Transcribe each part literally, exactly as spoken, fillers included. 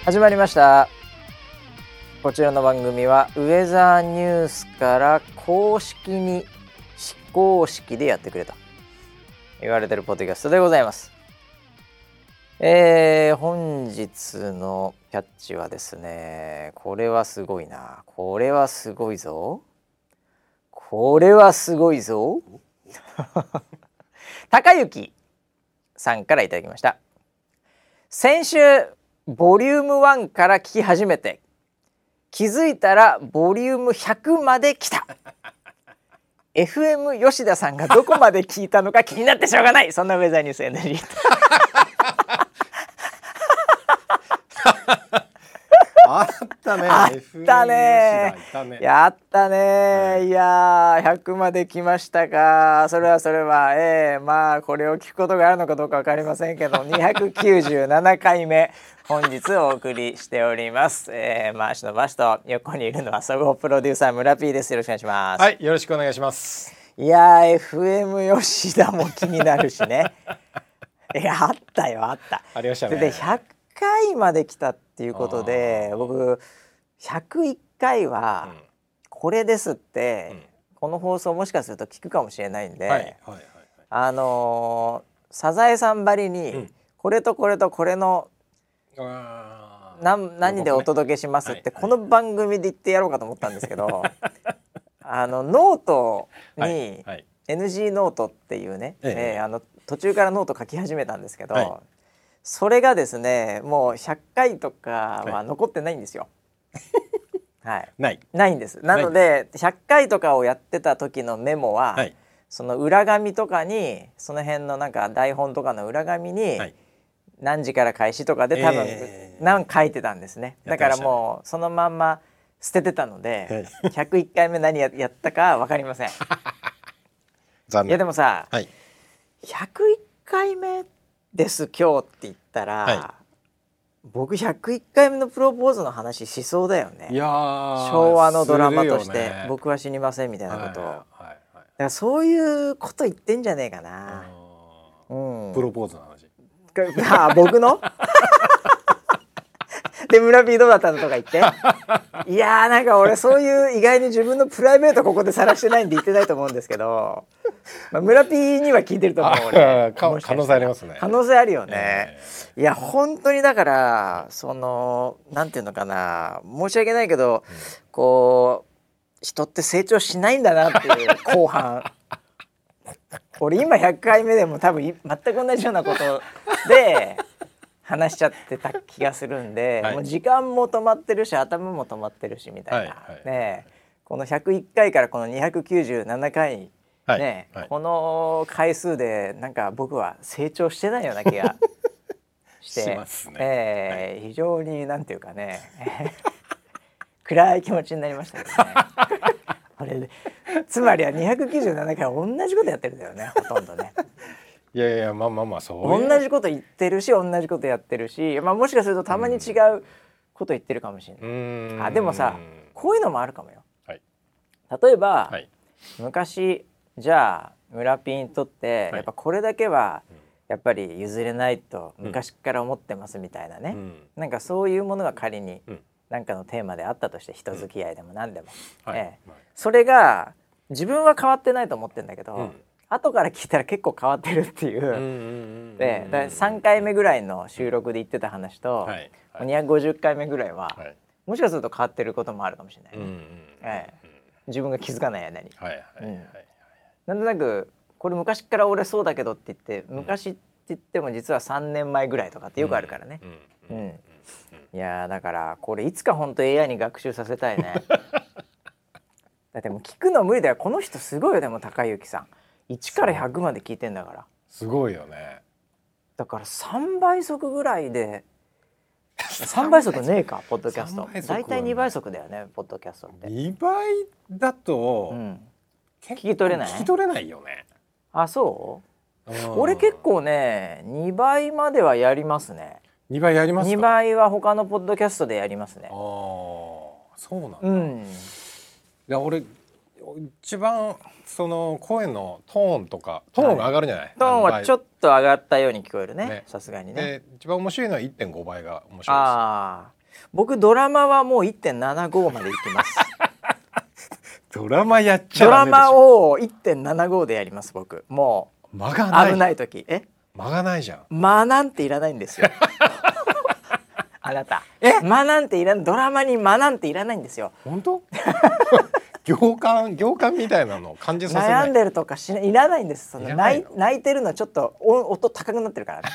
始まりました。こちらの番組はウェザーニュースから公式に非公式でやってくれと言われてるポッドキャストでございます。えー、本日のキャッチはですね、これはすごいな、これはすごいぞ、これはすごいぞ高幸さんからいただきました。先週ボリュームワンから聞き始めて気づいたらボリュームひゃくまで来たエフエム 吉田さんがどこまで聞いたのか気になってしょうがない。そんなウェザーニュース エヌジーあったね。 あったね。 ねやったね、うん、いやひゃくまで来ましたか。それはそれは、えー、まあこれを聞くことがあるのかどうか分かりませんけどにひゃくきゅうじゅうななかいめ本日お送りしております。えー、回しのバシと横にいるのは総合プロデューサー村 P です。よろしくお願いします。 はい、よろしくお願いします。 いやー エフエム 吉田も気になるしねいやあったよ、あったありましたね。 でひゃっかいまで来たっていうことで、僕ひゃくいっかいはこれですって、うん、この放送もしかすると聞くかもしれないんで、はいはいはいはい、あのー、サザエさんばりに、うん、これとこれとこれの何, 何でお届けしますって、この番組で言ってやろうかと思ったんですけどあのノートに、はいはい、エヌジー ノートっていうね、えええー、あの途中からノート書き始めたんですけど、はい、それがですねもうひゃっかいとかは残ってないんですよ、はい、ないないんです。なのでひゃっかいとかをやってた時のメモは、はい、その裏紙とかにその辺のなんか台本とかの裏紙に、はい、何時から開始とかで多分、えー、何書いてたんですね。だからもうそのまんま捨ててたので、はい、ひゃくいっかいめ何 や, やったか分かりません残念。いやでもさ、はい、ひゃくいっかいめです今日って言ったら、はい、僕ひゃくいっかいめのプロポーズの話しそうだよね。いや昭和のドラマとして、ね、僕は死にませんみたいなことを、はいはいはい、だからそういうこと言ってんじゃねえかな、うん、 プロポーズの話あ僕ので村 P どうだったのとか言っていやーなんか俺そういう意外に自分のプライベートここで晒してないんで言ってないと思うんですけど、まあ、村 P には聞いてると思う俺可能性ありますね。 可能性あるよね、えー、いや本当にだからそのなんていうのかな、申し訳ないけど、うん、こう人って成長しないんだなっていう後半俺今ひゃっかいめでも多分全く同じようなことで話しちゃってた気がするんで、はい、もう時間も止まってるし頭も止まってるしみたいな、はいはい、ね、このひゃくいっかいからこのにひゃくきゅうじゅうななかい、ね、はいはい、この回数でなんか僕は成長してないような気がしてしますね、えーはい、非常になんていうかね暗い気持ちになりましたけどねこれでつまりはにひゃくきゅうじゅうななかい同じことやってるんだよね、ほとんどね。 いやいやまあまあまあそういう、 同じこと言ってるし同じことやってるし、まあ、もしかするとたまに違うこと言ってるかもしれない。うんあでもさこういうのもあるかもよ、はい、例えば、はい、昔じゃあ村 P にとってやっぱこれだけはやっぱり譲れないと昔から思ってますみたいなね、うん、なんかそういうものが仮に何かのテーマであったとして、人付き合いでも何でも、うんはいええ、それが自分は変わってないと思ってるんだけど、うん後から聞いたら結構変わってるっていう、でださんかいめぐらいの収録で言ってた話と、はいはい、にひゃくごじゅっかいめぐらいは、はい、もしかすると変わってることもあるかもしれない、ねうんうんええ、自分が気づかない間に、はいはいはいうん、なんとなくこれ昔から俺そうだけどって言って昔って言っても実はさんねんまえぐらいとかってよくあるからね、うんうんうん、いやだからこれいつか本当 エーアイ に学習させたいねだってもう聞くの無理だよ。この人すごいよ。でも高幸さんいちからひゃくまで聞いてんだからすごいよね。 だからさんばい速ぐらいでさんばい速ねえかポッドキャストだいたいにばい速だよねポッドキャストって。 にばいだと、うん、 聞き取れない聞き取れないよね。 あそう、うん、俺結構ねにばいまではやりますね。 にばいやりますか。 にばいは他のポッドキャストでやりますね。あそうなんだ、 うん、いや俺一番その声のトーンとかトーンが上がるんじゃない、はい、 トーンはちょっと上がったように聞こえるねさすがにね。 で一番面白いのは いってんごばいが面白いです。 あ僕ドラマはもう いってんななご までいきますドラマやっちゃドダメでしょ。 ラマを いってんななご でやります僕。もう間がない。 危ない時。え間がないじゃん。 間なんていらないんですよあなたえ間なんていらない。ドラマに間なんていらないんですよ。 本当行間行間みたいなのを感じさせない。 悩んでるとかしないいらないんです。そのない泣い泣いてるのちょっと音高くなってるからね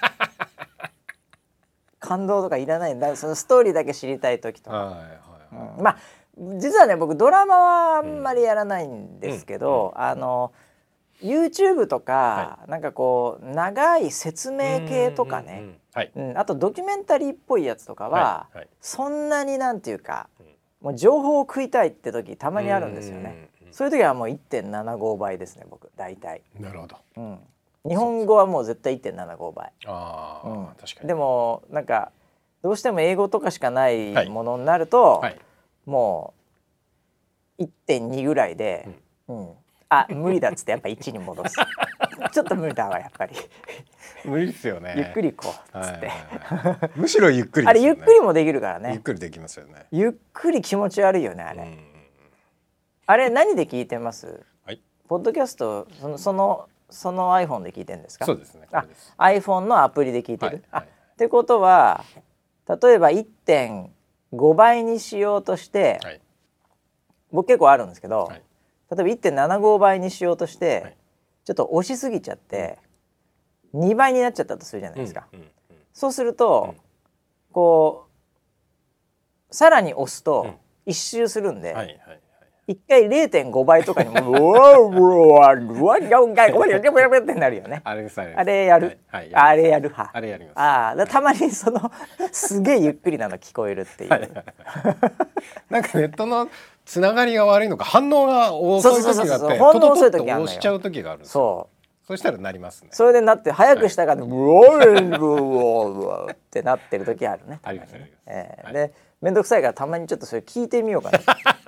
感動とかいらないんだ。そのストーリーだけ知りたい時とか、はいはいはい、うん、まあ実はね僕ドラマはあんまりやらないんですけど、うんうん、あの YouTube とか、はい、なんかこう長い説明系とかね、うんうんうんはいうん、あとドキュメンタリーっぽいやつとかは、はいはい、そんなになんていうか、うん、もう情報を食いたいって時たまにあるんですよね。うんうんうん、そういう時はもう いってんななご 倍ですね僕大体。 なるほど、 うん、日本語はもう絶対 いってんななご 倍。あ、うん、確かに。でもなんかどうしても英語とかしかないものになると、はいはい、もう いってんに ぐらいで、うんうん、あ無理だっつってやっぱいちに戻すちょっと無理だわやっぱり無理ですよね。 ゆっくり行こうっつって、はいはいはい、 むしろゆっくりですよね。 あれゆっくりもできるからね。 ゆっくりできますよね。 ゆっくり気持ち悪いよねあれ。あれ何で聞いてます？はい、ポッドキャストそのそのその iPhone で聞いてるんですか？ そうですね。 あ iPhone のアプリで聞いてる、はいはい、あってことは例えば いってんご 倍にしようとして、はい、僕結構あるんですけど、はい、例えば いってんななご 倍にしようとして、はい、ちょっと押しすぎちゃって、うん、にばいになっちゃったとするじゃないですか、うんうんうん、そうすると、うん、こうさらに押すと一周するんで、うんはいはいはい、一回 れいてんご 倍とかにもうわうわうわよんかいごばいってなるよね。 あれあれあれやる、はいはい、あれやる派。 あれやります。 あだたまにそのすげえゆっくりなの聞こえるっていうはい、はい、 なんかネットのつながりが悪いのか反応が遅い時があってトトトッと押しちゃう時があるんですよ。そうそうしたらなりますね。 それでなって早くしたからうわうわってなってる時あるね。 ありますあります、 えーはい、でめんどくさいからたまにちょっとそれ聞いてみようかな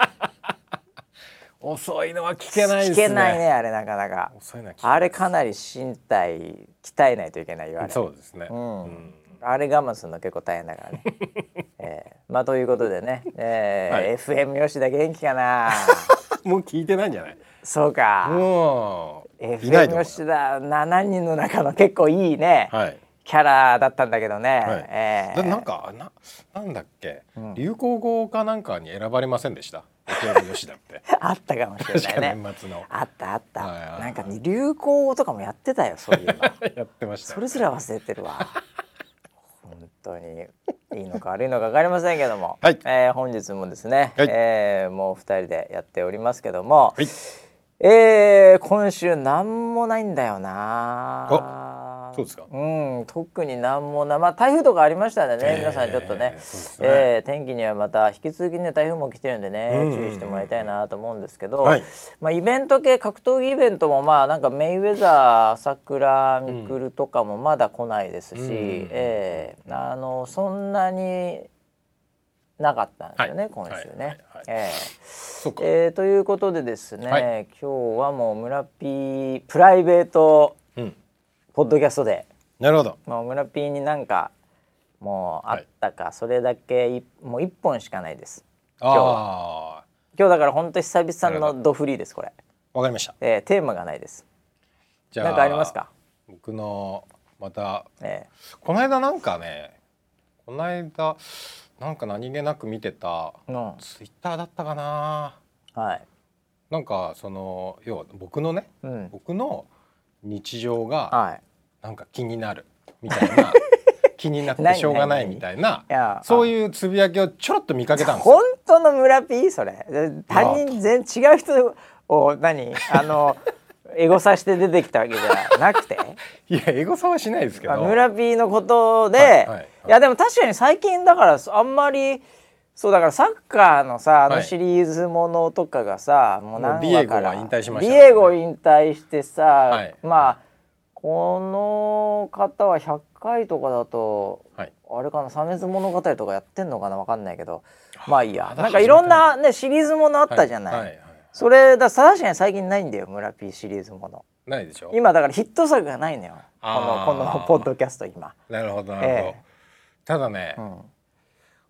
遅いのは聞けないですね。 聞けないねあれなかなか。遅いのは聞けない。あれかなり身体鍛えないといけないよあれ。 そうですね、 うんうん、あれ我慢するの結構大変だからね、えー、まあということでね、えーはい、エフエム 吉田元気かなもう聞いてないんじゃない？ そうかもう エフエム 吉田しちにんの中の結構いいね、はい、キャラだったんだけどね、はいえー、なんか な, なんだっけ、うん、流行語かなんかに選ばれませんでした？エフエム 吉田ってあったかもしれないね。 年末のあったあった、はいはいはい、なんか、ね、流行語とかもやってたよそういえばやってました、ね、 それすら忘れてるわ本当にいいのか悪いのか分かりませんけども、はいえー、本日もですね、はいえー、もうふたりでやっておりますけども、はいえー、今週なんもないんだよな。 そうですか。 うん、特になんもな、まあ台風とかありましたんでね、えー、皆さんちょっとね、ねえー、天気にはまた引き続きね台風も来てるんでね、うんうんうん、注意してもらいたいなと思うんですけど、はい、まあイベント系格闘技イベントもまあなんかメイウェザー、朝倉未来とかもまだ来ないですし、うんえー、あのそんなになかったんですよね、はい、今週ね。はいはいはいえーえー、ということでですね、はい、今日はもう村 P プライベート、うんポッドキャストでなるほど、 まあ、村 P になんかもうあったか、はい、それだけもういっぽんしかないです。今日は今日だから本当に久々のドフリーですこれ。 わかりました、 えー、テーマがないです。じゃあなんかありますか？ 僕のまた、えー、この間なんかねこの間なんか何気なく見てた、うん、ツイッターだったかな、はい、なんかその要は僕のね、うん、僕の日常がなんか気になるみたいな、はい、気になってしょうがないみたいなそういうつぶやきをちょろっと見かけたんですよ。 本当の村 P それ他人全違う人を何あのエゴサして出てきたわけじゃなくていやエゴサはしないですけど村 P のことで、はいはいはい、いやでも確かに最近だからあんまりそうだからサッカーのさあのシリーズものとかがさ、はい、もう何話からビエゴは引退しました、 ね、ビエゴ引退してさ、はい、まあこの方はひゃっかいとかだと、はい、あれかなサメズ物語とかやってんのかな分かんないけどまあいいやなんかいろんなねシリーズものあったじゃない、はいはいはい、それだ確かに最近ないんだよ村 P シリーズものないでしょ今だからヒット作がないのよこのこのポッドキャスト今なるほどなるほど、えー、ただね、うん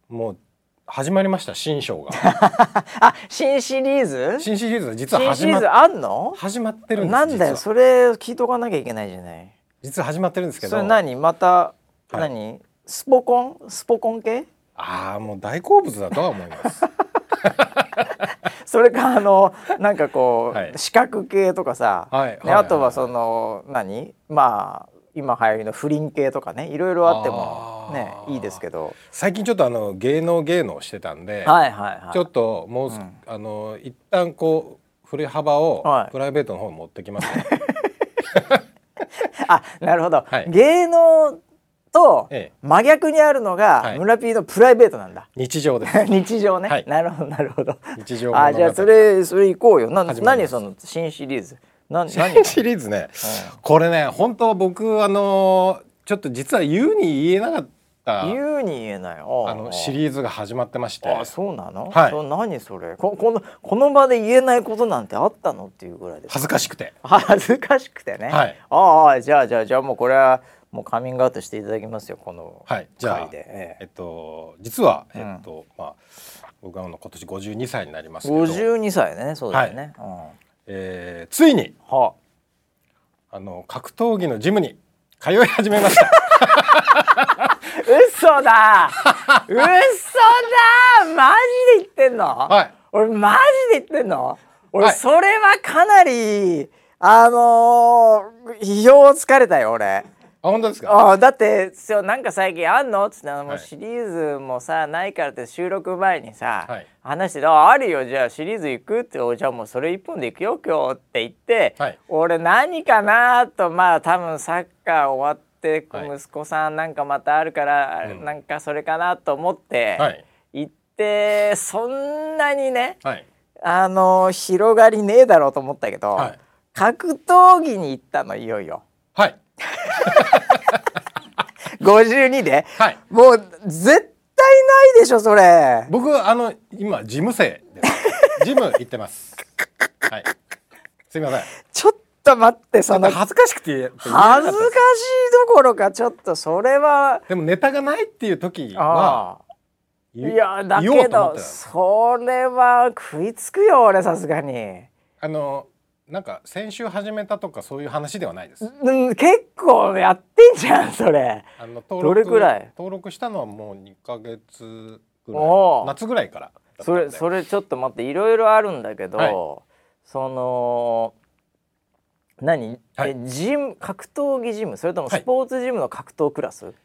もう始まりました、新章が。 あ、新シリーズ？ 新シリーズ実は始まっ新シリーズあんの？ 始まってるんです。 なんだよ、それ聞いとかなきゃいけないじゃない。 実は始まってるんですけど。 それ何また、はい、何スポコンスポコン系？ ああ、もう大好物だとは思います。 それかあのなんかこう、はい、四角系とかさ、はい、ね、あとはその何まあ今流行りの不倫系とかね、いろいろあってもねいいですけど、 最近ちょっとあの芸能芸能してたんで、 はいはいはい、 ちょっともう、うん、あの一旦こう振り幅をプライベートの方に持ってきますね。 はい、あ、なるほど、はい、芸能と真逆にあるのが村 P のプライベートなんだ。 日常です。 日常ね、はい、なるほどなるほど。 日常。 あ、じゃあそれそれ行こうよ。な何その新シリーズ？な新シリーズね、うん、これね本当僕あのちょっと実は言うに言えなかった言うに言えないあのシリーズが始まってまして。 あ、そうなの？ はい。 そ何それ？ここのこの場で言えないことなんてあったのっていうぐらいです。 恥ずかしくて。 恥ずかしくてね。 はい。 ああ、じゃあじゃあじゃあもうこれはもうカミングアウトしていただきますよ、この回で。はい、じゃあ、ええっと実は、えっと、うん、まあ僕は今年ごじゅうにさいになりますけど。 ごじゅうにさいね、そうだよね。はい、うん、 えー、ついに、 はあ、あの格闘技のジムに通い始めました。 嘘だ嘘だマジで言ってんの？ はい。 俺マジで言ってんの？俺、はい、それはかなりあのー、意表つかれたよ俺。 あ、本当ですか？ あ、だってそうなんか最近あんのっつってもうシリーズもさないからって収録前にさ、はい、話して「ああるよ、じゃあシリーズ行く?」って「じゃあもうそれ一本で行くよ今日」って言って、はい、俺何かなと、まあ多分サッカー終わって息子さんなんかまたあるから、はい、なんかそれかなと思って行って、はい、そんなにね、はい、あの広がりねえだろうと思ったけど、はい、格闘技に行ったのいよいよ。 はい。 ごじゅうにで、 はい、 もう絶対ないでしょそれ。 僕あの今事務生ですジム行ってます。はい、すみません。 ちょっと待って、その恥ずかしくて恥ずかしいどころかちょっとそれはでもネタがないっていう時はいやだけどそれは食いつくよ俺さすがに。 あのなんか先週始めたとかそういう話ではないです。 うん、結構やってんじゃんそれ。 あの登録どれくらい登録したのはもうにかげつぐらい、夏ぐらいからだったんで。 それそれちょっと待って、いろいろあるんだけど、はい、その何、はい、えジム格闘技ジムそれともスポーツジムの格闘クラス？はい、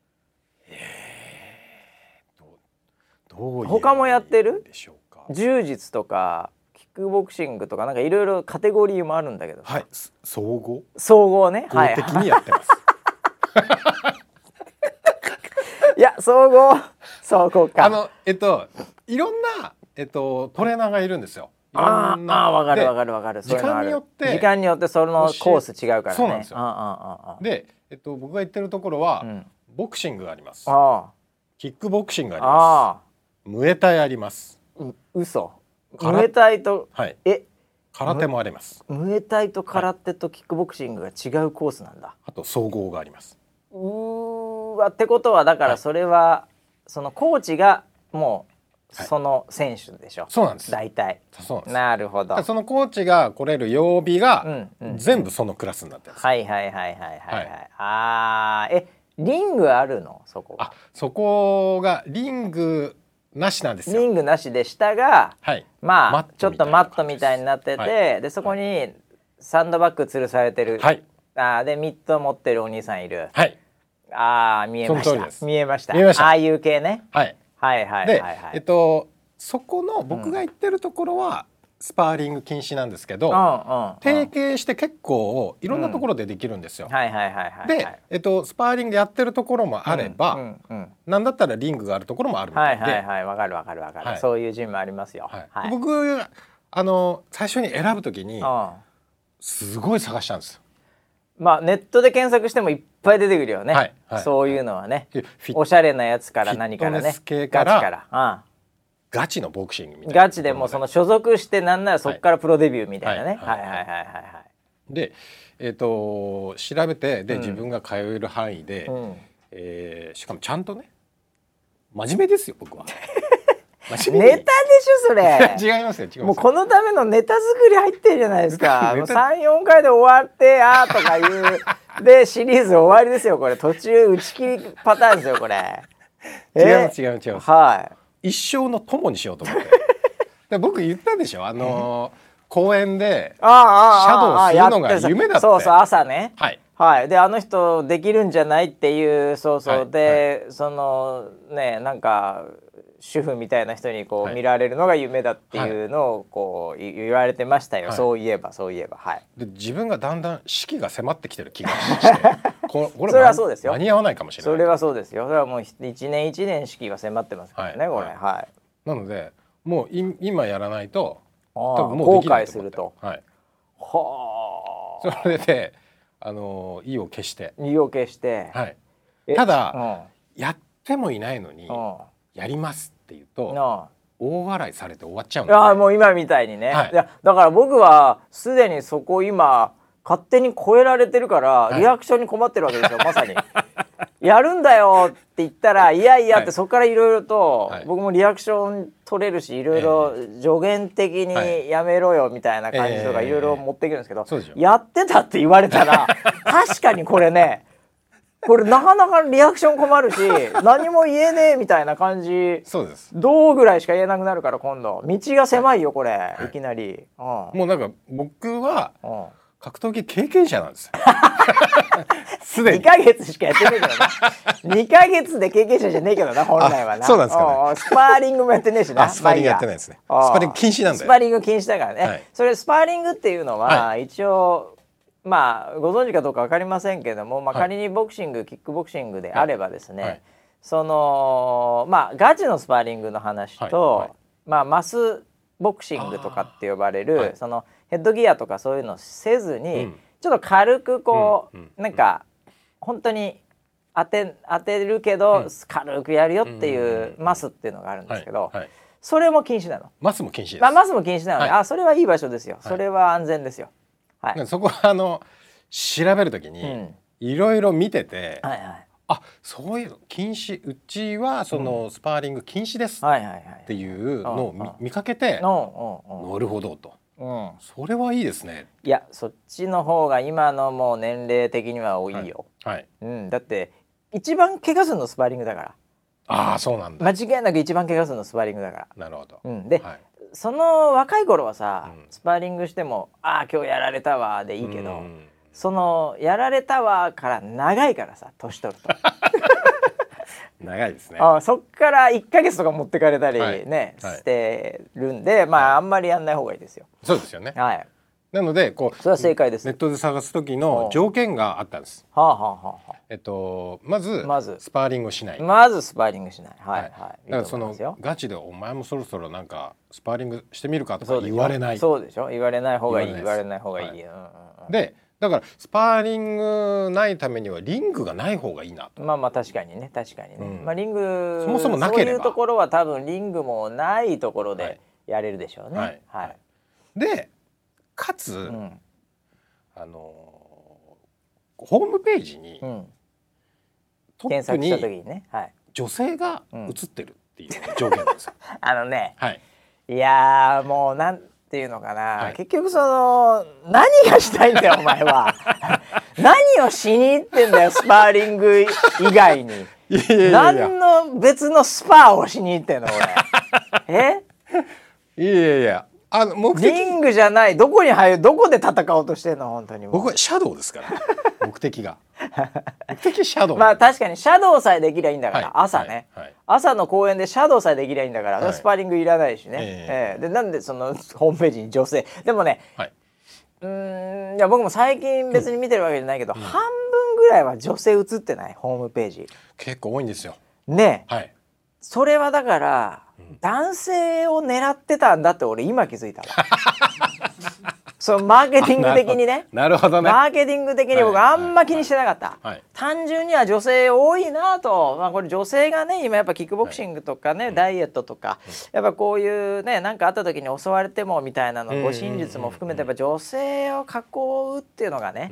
えー、どう、どういう他もやってるでしょうか。 柔術とかキックボクシングとかなんかいろいろカテゴリーもあるんだけど。 はい、総合総合ね、 公的にやってます。 はい、いや総合総合か。 あのえっといろんなえっとトレーナーがいるんですよ。 ああ、わかるわかるわかる。 時間によって時間によってそのコース違うからね。 そうなんですよ。で、えっと僕が行ってるところは、うん、ボクシングがあります。あ、キックボクシングがあります。ムエタイあります。 う嘘。ムエタイと、 はい、 え空手もあります。 ムエタイと空手とキックボクシングが違うコースなんだ。はい、 あと総合があります。 うーわってことはだからそれは、はい、そのコーチがもうその選手でしょ。はい、 そうなんです。 大体。 そうなんです。 なるほど。 そのコーチが来れる曜日が、うんうん、全部そのクラスになってます。 はいはいはいはいはいはい。はい、あー、えリングあるのそこ？ あ、そこがリングなしなんですよ。 リングなしで下が、はい、まあちょっとマットみたいになってて、はい、でそこにサンドバッグ吊るされてる、はい、あでミット持ってるお兄さんいる、はい、あ見えました見えましたああいう系ね、はい、はいはいはいはい。 でえっとそこの僕が行ってるところは、うん、スパーリング禁止なんですけど、うんうんうん、提携して結構いろんなところでできるんですよ。で、えっと、スパーリングやってるところもあれば、うんうんうん、なんだったらリングがあるところもあるみたいで、 はいはいはい、わかるわかるわかる、はい、そういうジムありますよ。はいはい、 僕あの最初に選ぶときにすごい探したんですよ。 まあネットで検索してもいっぱい出てくるよね、はいはい、そういうのはね、はい、おしゃれなやつから何からね、 フィットネス系からガチから、ああガチのボクシングみたいな、 ガチでもうその所属してなんならそこからプロデビューみたいなね。はいはいはいはいはい。 で、えーと調べてで、うん、自分が通える範囲で、うん、えー、しかもちゃんとね真面目ですよ僕は。 ネタでしょそれ。 違いますよ違いますよ。 もうこのためのネタ作り入ってるじゃないですか。さん、よんかいで終わってあーとかいうでシリーズ終わりですよこれ。途中打ち切りパターンですよこれ。 違います違います違います。 はい。 一生の友にしようと思って。で僕言ったでしょあのー、公園でシャドウするのが夢だって。 そうそう朝ね。 はい。 はい、であの人できるんじゃないっていうそうそう、はい、で、はい、そのねなんか主婦みたいな人にこう、はい、見られるのが夢だっていうのをこう言われてましたよ、はい、そういえばそういえば、はい、 で自分がだんだん死期が迫ってきてる気がしてここれそれはそうですよ間に合わないかもしれない。 それはそうですよ。それはもういちねんいちねん死期が迫ってますからね、はい、これ、はいはい、 なのでもう今やらないと多分もうできないと思って、後悔すると、 はい、 はあそれであの意を消して意を消して、 はい、ただ、うん、やってもいないのに、うん、やりますって言うと、うん、大笑いされて終わっちゃうんで、ね、 ああもう今みたいにね、はい、いやだから僕はすでにそこ今勝手に超えられてるからリアクションに困ってるわけですよ、はい、まさにやるんだよって言ったらいやいやって、はい、そこからいろいろと、はい、僕もリアクション取れるしいろいろ助言的にやめろよみたいな感じとかいろいろ持ってくるんですけど、えー、やってたって言われたら確かにこれねこれなかなかリアクション困るし何も言えねえみたいな感じ。 そうです。 どうぐらいしか言えなくなるから今度道が狭いよこれ、はい、いきなり、 うん、もうなんか僕は、うん格闘技経験者なんですよすでににかげつしかやってないけどなにかげつで経験者じゃねえけどな本来はな。 そうなんですかね。 スパーリングもやってねえしな。 スパーリングやってないですね。スパーリング禁止なんで。 スパーリング禁止だからね、はい、それスパーリングっていうのは、はい、一応まあご存知かどうか分かりませんけれども、まあ、仮にボクシング、はい、キックボクシングであればですね、はい、そのまあガチのスパーリングの話と、はいはい、まあマスボクシングとかって呼ばれる、はい、そのヘッドギアとかそういうのせずに、うん、ちょっと軽くこう、うんうん、なんか本当に当て当てるけど、うん、軽くやるよっていうマスっていうのがあるんですけど、はいはい、それも禁止なの。 マスも禁止です。 まあ、マスも禁止なので、はい、あそれはいい場所ですよ。それは安全ですよ。 はい、そこはあの調べるときにいろいろ見てて、はいはい、あそういうの禁止うちはそのスパーリング禁止ですっていうのを 見, 見かけて、なるほどと。うん、それはいいですね。 いやそっちの方が今のもう年齢的には多いよ、はいはいうん、だって一番怪我するのスパーリングだから。 ああそうなんだ。 間違いなく一番怪我するのスパーリングだから。 なるほど、 うん、で、はい、その若い頃はさ、うん、スパーリングしてもああ今日やられたわでいいけど、うん、そのやられたわから長いからさ年取ると長いですね。 あそっからいっかげつとか持ってかれたりね、はい、してるんで、まあ、はい、あんまりやんない方がいいですよ。 そうですよね。 はい。 なのでこうそれは正解です。 ネットで探す時の条件があったんです。はあはあはあ、えっとまずまずスパーリングをしない。 まずスパーリングしない。はいはい。はい、 だからそのガチでお前もそろそろなんかスパーリングしてみるかとか言われない。 そうでしょ。言われない方がいい。言われない方がいい。はいうんうんうん、で。だからスパーリングないためにはリングがない方がいいなと。 まあまあ確かにね確かにね、うんまあ、リングそもそもなければそういうところは多分リングもないところでやれるでしょうね。はいはいはい、 でかつ、うん、あのホームページに、うん、 トップに検索した時にね、はい、 女性が映ってるっていう条件なんですよ。 あのね、 はい、 いやもうなんっていうのかな、はい、結局その何がしたいんだよお前は何をしに行ってんだよスパーリング以外にいやいやいや何の別のスパーをしに行ってんの俺えいやいやいやあの目的リングじゃないどこに入るどこで戦おうとしてんの本当にもう僕はシャドウですから目的が目的シャドウまあ確かにシャドウさえできりゃいいんだから、はい、朝ね、はいはい、朝の公園でシャドウさえできりゃいいんだから、はい、スパーリングいらないしね、えーえー、でなんでそのホームページに女性でもね、はい、うーんいや僕も最近別に見てるわけじゃないけど、うん、半分ぐらいは女性映ってないホームページ結構多いんですよね、 はい、 それはだから、うん、男性を狙ってたんだって俺今気づいたわそのマーケティング的にねなるほどねマーケティング的に僕あんま気にしてなかった、はいはい、単純には女性多いなと、まあ、これ女性がね今やっぱキックボクシングとかね、はい、ダイエットとか、うん、やっぱこういうね何かあった時に襲われてもみたいなの護身術も含めてやっぱ女性を囲うっていうのがね、うん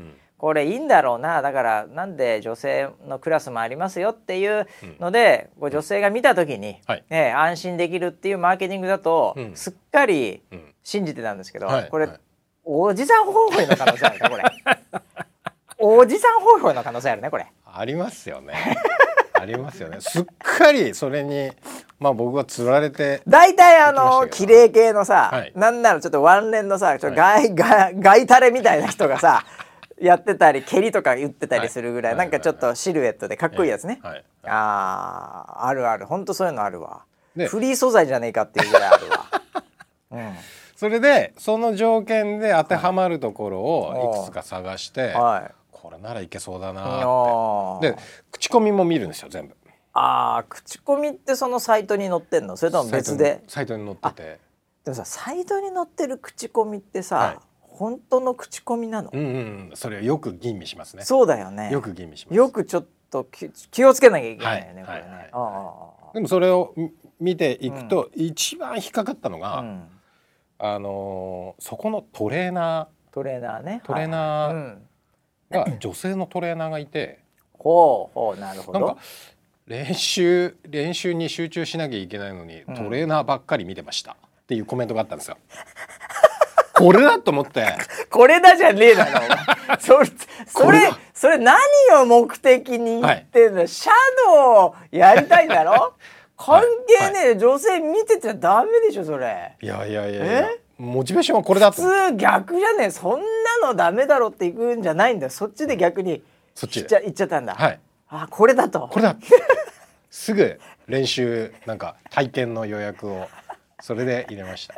これいいんだろうな、だからなんで女性のクラスもありますよっていうので、うん、女性が見た時に、はい、ね、安心できるっていうマーケティングだと、うん、すっかり信じてたんですけど、はい、これ、はい、おじさんホイホイの可能性あるかこれおじさんホイホイの可能性あるねこれ。 ありますよねありますよね。すっかりそれにまあ僕は釣られて、 大体あの綺麗系のさ、はい、なんならちょっとワンレンのさ、ちょっとガイ、はい、ガイ、ガイタレみたいな人がさやってたり蹴りとか打ってたりするぐらい、はい、なんかちょっとシルエットでかっこいいやつね、はいはい、あーあるある、ほんとそういうのあるわ。フリー素材じゃねえかっていうぐらいあるわ、うん、 それでその条件で当てはまるところをいくつか探して、はい、これならいけそうだなってで口コミも見るんですよ全部。 あー、口コミってそのサイトに載ってんの、それとも別で？ サイトに載ってて。 でもさ、サイトに載ってる口コミってさ、はい、本当の口コミなの？ うんうん、それよく吟味しますね。 そうだよね。 よく吟味します。 よくちょっと気をつけなきゃいけないよね、はい、これね、はいはい、 あでもそれを見ていくと、うん、一番引っかかったのが、うん、あのー、そこのトレーナートレーナーねトレーナーが女性のトレーナーがいて、 ほうほう、なるほど。 なんか練習練習に集中しなきゃいけないのに、うん、トレーナーばっかり見てましたっていうコメントがあったんですよこれだと思ってこれだじゃねえだろそれそれそれ何を目的に言ってんの、はい、シャドウやりたいんだろ関係ねえ、はいはい、女性見てちゃダメでしょそれ。 いやいやいやいや、モチベーションはこれだと。 普通逆じゃねえ、そんなのダメだろっていくんじゃないんだよ。そっちで逆にそっちで言っちゃったんだ。 はい、 あ、これだとこれだすぐ練習なんか体験の予約をそれで入れました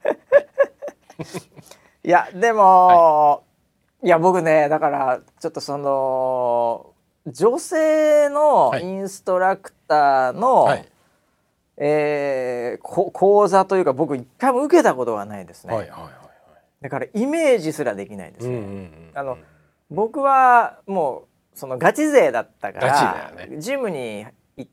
いやでも、はい、いや僕ね、だからちょっとその女性のインストラクターの、はい、えー、講座というか僕一回も受けたことがないですね、はいはいはいはい、だからイメージすらできないですね、うんうんうん、あの僕はもうそのガチ勢だったから、ね、ジムに行って、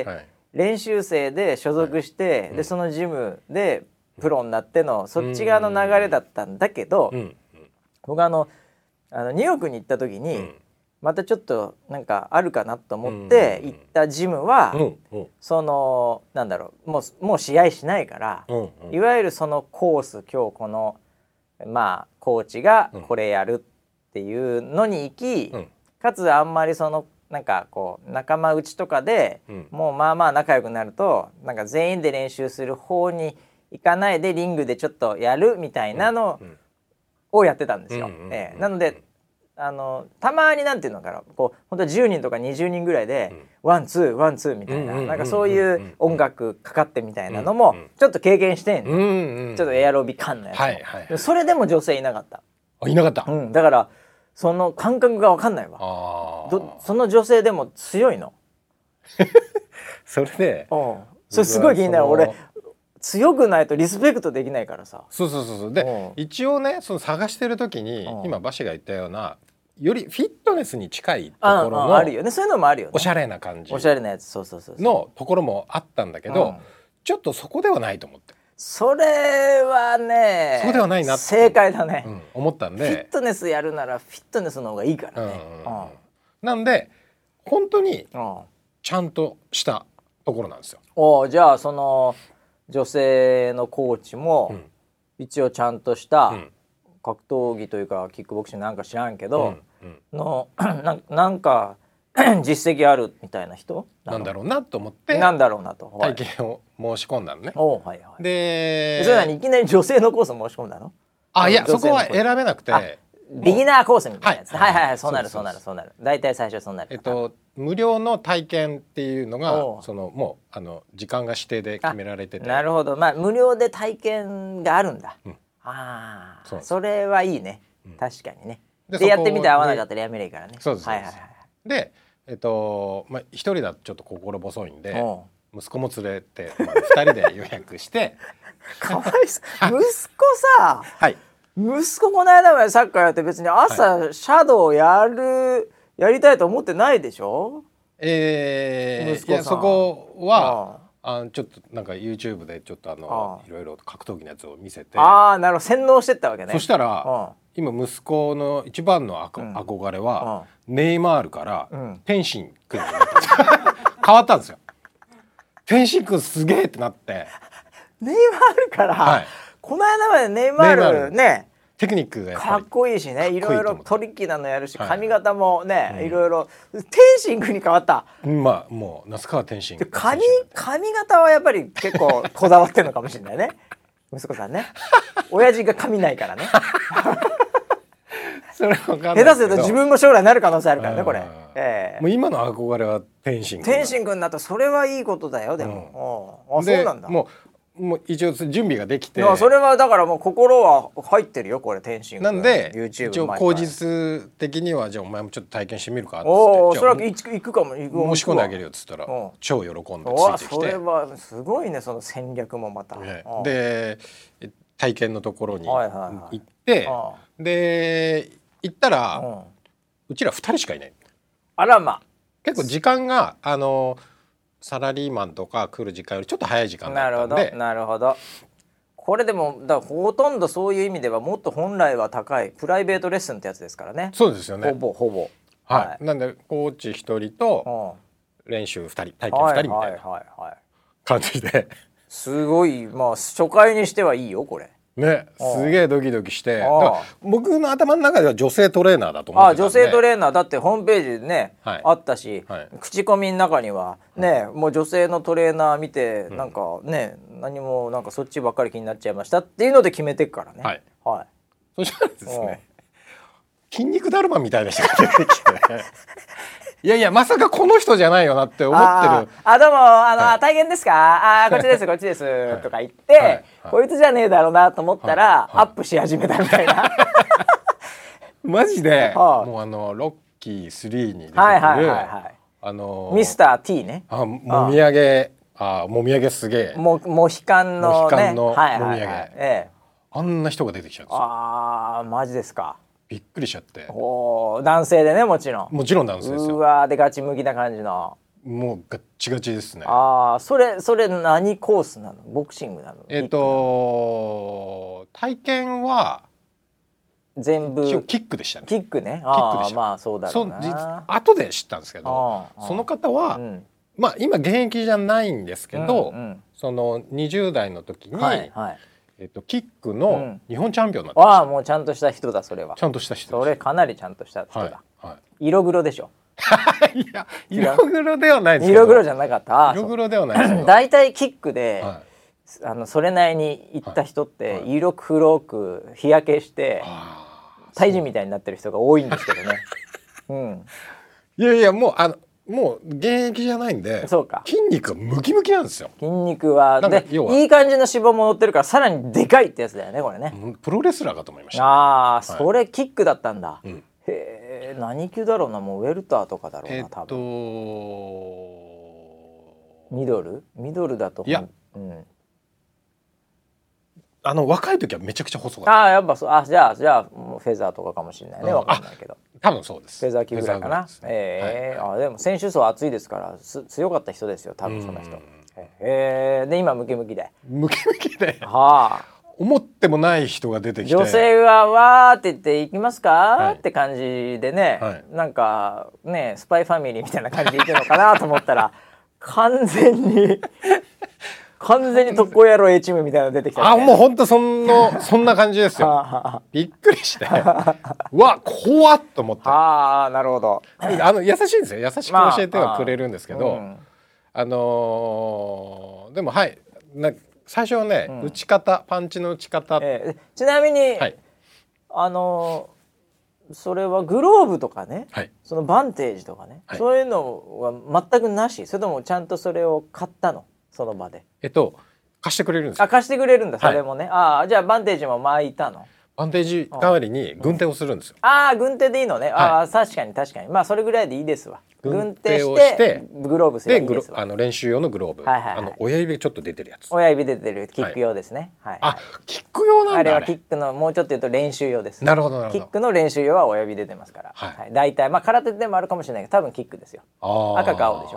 はい、練習生で所属して、はい、でそのジムでプロになってのそっち側の流れだったんだけど、うんうん、僕あのあのニューヨークに行った時に、うん、またちょっとなんかあるかなと思って行ったジムは、うんうん、そのなんだろう、もう、もう試合しないから、うんうん、いわゆるそのコース、今日このまあコーチがこれやるっていうのに行き、うん、かつあんまりそのなんかこう仲間内とかで、うん、もうまあまあ仲良くなるとなんか全員で練習する方に行かないでリングでちょっとやるみたいなのをやってたんですよ。なのであのたまになんていうのかな、こう本当じゅうにんとかにじゅうにんぐらいで、うん、ワンツーワンツーみたいな、なんかそういう音楽かかってみたいなのもちょっと経験してんの、うんうん、ちょっとエアロビ感のやつ、はいはいはい、それでも女性いなかった。 あ、いなかった、 うん、だからその感覚が分かんないわ。どその女性でも強いのそれでそれすごい気になる。俺強くないとリスペクトできないからさ。 そうそうそうそう。で一応ね、その探してる時に今バシが言ったようなよりフィットネスに近いところのあるよね、そういうのもあるよね、 おしゃれな感じおしゃれなやつ、そうそうそうのところもあったんだけど、うん、ちょっとそこではないと思って。 それはね、 そうではないなって正解だね、 うん、思ったんで、 フィットネスやるならフィットネスの方がいいからね、うんうんうん、 なんで本当にちゃんとしたところなんですよ。 お、じゃあその女性のコーチも一応ちゃんとした格闘技というかキックボクシングなんか知らんけど、うんうん、の な, なんか実績あるみたいな人なんだろうなと思ってなんだろうなと体験を申し込んだのね。 お、はいはい、 でそれなにいきなり女性のコースを申し込んだの？ あ、いやそこは選べなくてビギナーコースみたいなやつ、はい、はいはいはい、そうなるそうなるそうなる、大体最初そうなる。 えっと無料の体験っていうのがそのもうあの時間が指定で決められてて、 なるほど、まあ無料で体験があるんだ、うん、ああ そ, それはいいね、うん、確かにね。で, でやってみて合わなかったらやめればいいからね。 そうです、はいはいはい、でえっとまあ一人だとちょっと心細いんで息子も連れて、まあ、ふたりで予約してかわいそう息子さ、 はい、 息子この間までサッカーやって別に朝シャドウやる、やりたいと思ってないでしょ。 えー、息子さん、いやそこはああちょっとなんか YouTube でちょっとあのいろいろ格闘技のやつを見せて、 ああなるほど、洗脳してったわけね。 そしたら今息子の一番のあこ、うん、憧れは、うん、ネイマールから、うん、天心君になった変わったんですよ。天心君すげえってなってネイマールから、はい、この間までネイマールねテクニックがやっぱりかっこいいしね、いろいろトリッキーなのやるし、髪型もね、はい、いろいろ天心君に変わった。 まあもう那須川天心髪髪型はやっぱり結構こだわってるのかもしれないね息子さんね親父が髪ないからねそれ分かんないけど下手すると自分も将来なる可能性あるからねこれ、 えー、もう今の憧れは天心君天心君だったらそれはいいことだよでも、うん、あそうなんだ。 もうもう一応準備ができて、 それはだからもう心は入ってるよこれ天心君なんで YouTube 一応口実的にはじゃあお前もちょっと体験してみるかっつって、 おそれは行くかも行く申し込んであげるよっつったら超喜んでついてきて、 それはすごいねその戦略もまた、 ね、で体験のところに行って、はいはいはい、で行ったら、うん、うちらふたりしかいない。 あらま結構時間があのサラリーマンとか来る時間よりちょっと早い時間だったんで。 なるほどなるほど。これでもだほとんどそういう意味ではもっと本来は高いプライベートレッスンってやつですからね。 そうですよね。 ほぼほぼ、 はいはい、なんでコーチひとりと練習ふたり体験ふたりみたいな感じで、 すごいまあ初回にしてはいいよこれね、すげえドキドキして、僕の頭の中では女性トレーナーだと思ってたんで。あ、 女性トレーナーだってホームページでね、はい、あったし、はい、口コミの中にはね、うん、もう女性のトレーナー見て、うん、なんかね何もなんかそっちばっかり気になっちゃいましたっていうので決めてくからね。はい、はい、 そしたらですね、筋肉だるまみたいな人が出てきていやいやまさかこの人じゃないよなって思ってる。 ああどうもあの、はい、体験ですか、あこっちですこっちです、はい、とか言って、はいはい、こいつじゃねえだろうなと思ったら、はいはい、アップし始めたみたいなマジで、はあ、もうあのロッキースリーに出てくる、はいはいはいはい、あのミスター T ね、 あもみあげあもみあげすげえもモヒカンのねモヒカンのもみあげ、はいはいはい、ええ、 あんな人が出てきちゃうんですよ。 あーマジですか。 びっくりしちゃって。 お男性でねもちろんもちろん男性ですよ。 うわでガチ向きな感じのもうガッチガチですね。 ああそれそれ何コースなの？ボクシングなの？ えっと体験は全部キックでしたね。 キックね。あキックでした。まあそうだろうな。 後で知ったんですけどその方は、うん、まあ今現役じゃないんですけど、うんうん、そのにじゅう代の時に、はいはいえっと、キックの日本チャンピオンになってました。 ああもうちゃんとした人だそれは。 ちゃんとした人。 それかなりちゃんとした人だ。はいはい、色黒でしょ。 いや色黒ではないですけど。色黒じゃなかった。 色黒ではないですけど。 だいたいキックで、はい、あのそれなりに行った人って、はい、色黒く日焼けして、はい、タイ人みたいになってる人が多いんですけどね。うん。 いやいやもうあの。もう現役じゃないんでそうか筋肉がムキムキなんですよ。 筋肉はでいい感じの脂肪も乗ってるからさらにでかいってやつだよねこれね。 プロレスラーかと思いました。 ああ、はい、それキックだったんだ、うん、へえ何級だろうなもうウェルターとかだろうな、えっと、多分ミドルミドルだといや、うん、あの若い時はめちゃくちゃ細かった。 ああやっぱそうあじゃあじゃあもうフェザーとかかもしれないね、わかんないけど多分そうです。 フェザー級ぐらいかな。ええーはい、あでも選手層厚いですからす強かった人ですよ多分その人。ええー、で今ムキムキでムキムキではあ思ってもない人が出てきて女性がわーって言って行きますか、はい、って感じでね、はい、なんかねスパイファミリーみたいな感じで行くのかなと思ったら完全に完全に特攻野郎 A チームみたいなの出てきた、ね、 あもうほんとそんなそんな感じですよ。びっくりしてうわ怖っと思って。 ああなるほど。 あの優しいんですよ優しく教えてはくれるんですけど、まあうん、あのー、でもはいな最初はね、うん、打ち方パンチの打ち方、 えー、ちなみに、はい、あのー、それはグローブとかね、はい、そのバンテージとかね、はい、そういうのは全くなしそれともちゃんとそれを買ったのその場で。 えっと貸してくれるんですよ。 あ貸してくれるんだそれもね、はい、ああじゃあバンテージも巻いたの。 バンテージ代わりに軍手をするんですよ。 うん、ああ軍手でいいのね、はい、ああ確かに確かにまあそれぐらいでいいですわ。軍手をしてグローブすればいいですわ。 であの練習用のグローブ、はいはいはい、あの親指ちょっと出てるやつ。 親指出てるキック用ですね、はいはいはい、 あキック用なんだ。あれはキックのもうちょっと言うと練習用です。 なるほどなるほど。 キックの練習用は親指出てますから、はいはい、大体まあ空手でもあるかもしれないけど多分キックですよ。赤か青でしょ。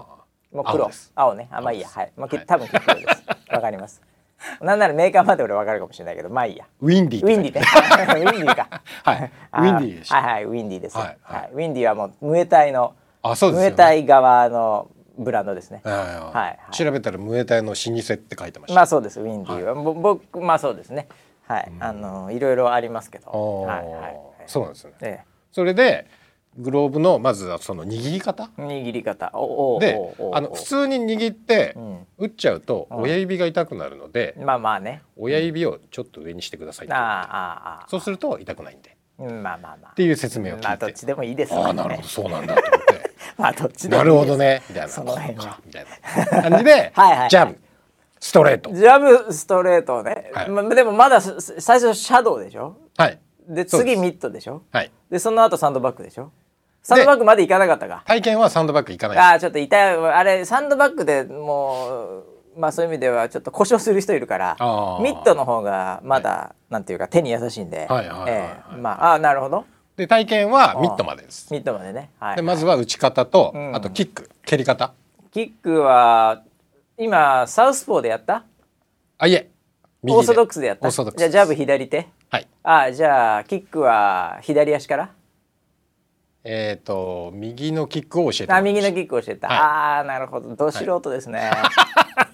もう黒青ねあまあいいやはい、まあ、多分キックですわかりますなんならメーカーまで俺わかるかもしれないけどまあいいやウィンディウィンディねウィンディかはいウィンディでしたはいはいウィンディです、はいはい、ウィンディはもうムエタイのあそうですよ、ね、 ムエタイ側のブランドですね、 はいはいはい、調べたらムエタイの老舗って書いてましたまあそうですウィンディは、はい、僕まあそうですねはい、うん、あのいろいろありますけど、はいはい、 そうなんですね、ええ、それでグローブのまずはその握り方握り方おおであの普通に握って打っちゃうと親指が痛くなるので、 うん、まあまあね親指をちょっと上にしてくださいって、うん、ああそうすると痛くないんで、 うん、まあまあまあっていう説明を聞いて、 まあどっちでもいいですね。 ああなるほどそうなんだと思ってまあどっちでもいいですなるほどねみたいなその辺はみたいな感じではい、はい、ジャブストレートジャブストレートね、はい、ま、でもまだ最初シャドウでしょ。 はいで次ミットでしょ。 はいでその後サンドバッグでしょ。サンドバッグまでいかなかったか。 体験はサンドバッグいかない。 ああちょっと痛いあれサンドバッグでもうまあそういう意味ではちょっと故障する人いるからミットの方がまだ、はい、なんていうか手に優しいんでまああなるほど。 で体験はミットまでです。 ミットまでね、はいはい、 でまずは打ち方と、うん、あとキック蹴り方。 キックは今サウスポーでやった？ あいえオーソドックスでやった。じゃあジャブ左手。 はい。 あじゃあキックは左足から？ えっ、ー、と右のキックを教えてもらいました。あ右のキックを教えた。はい、ああなるほどど素人ですね。はい、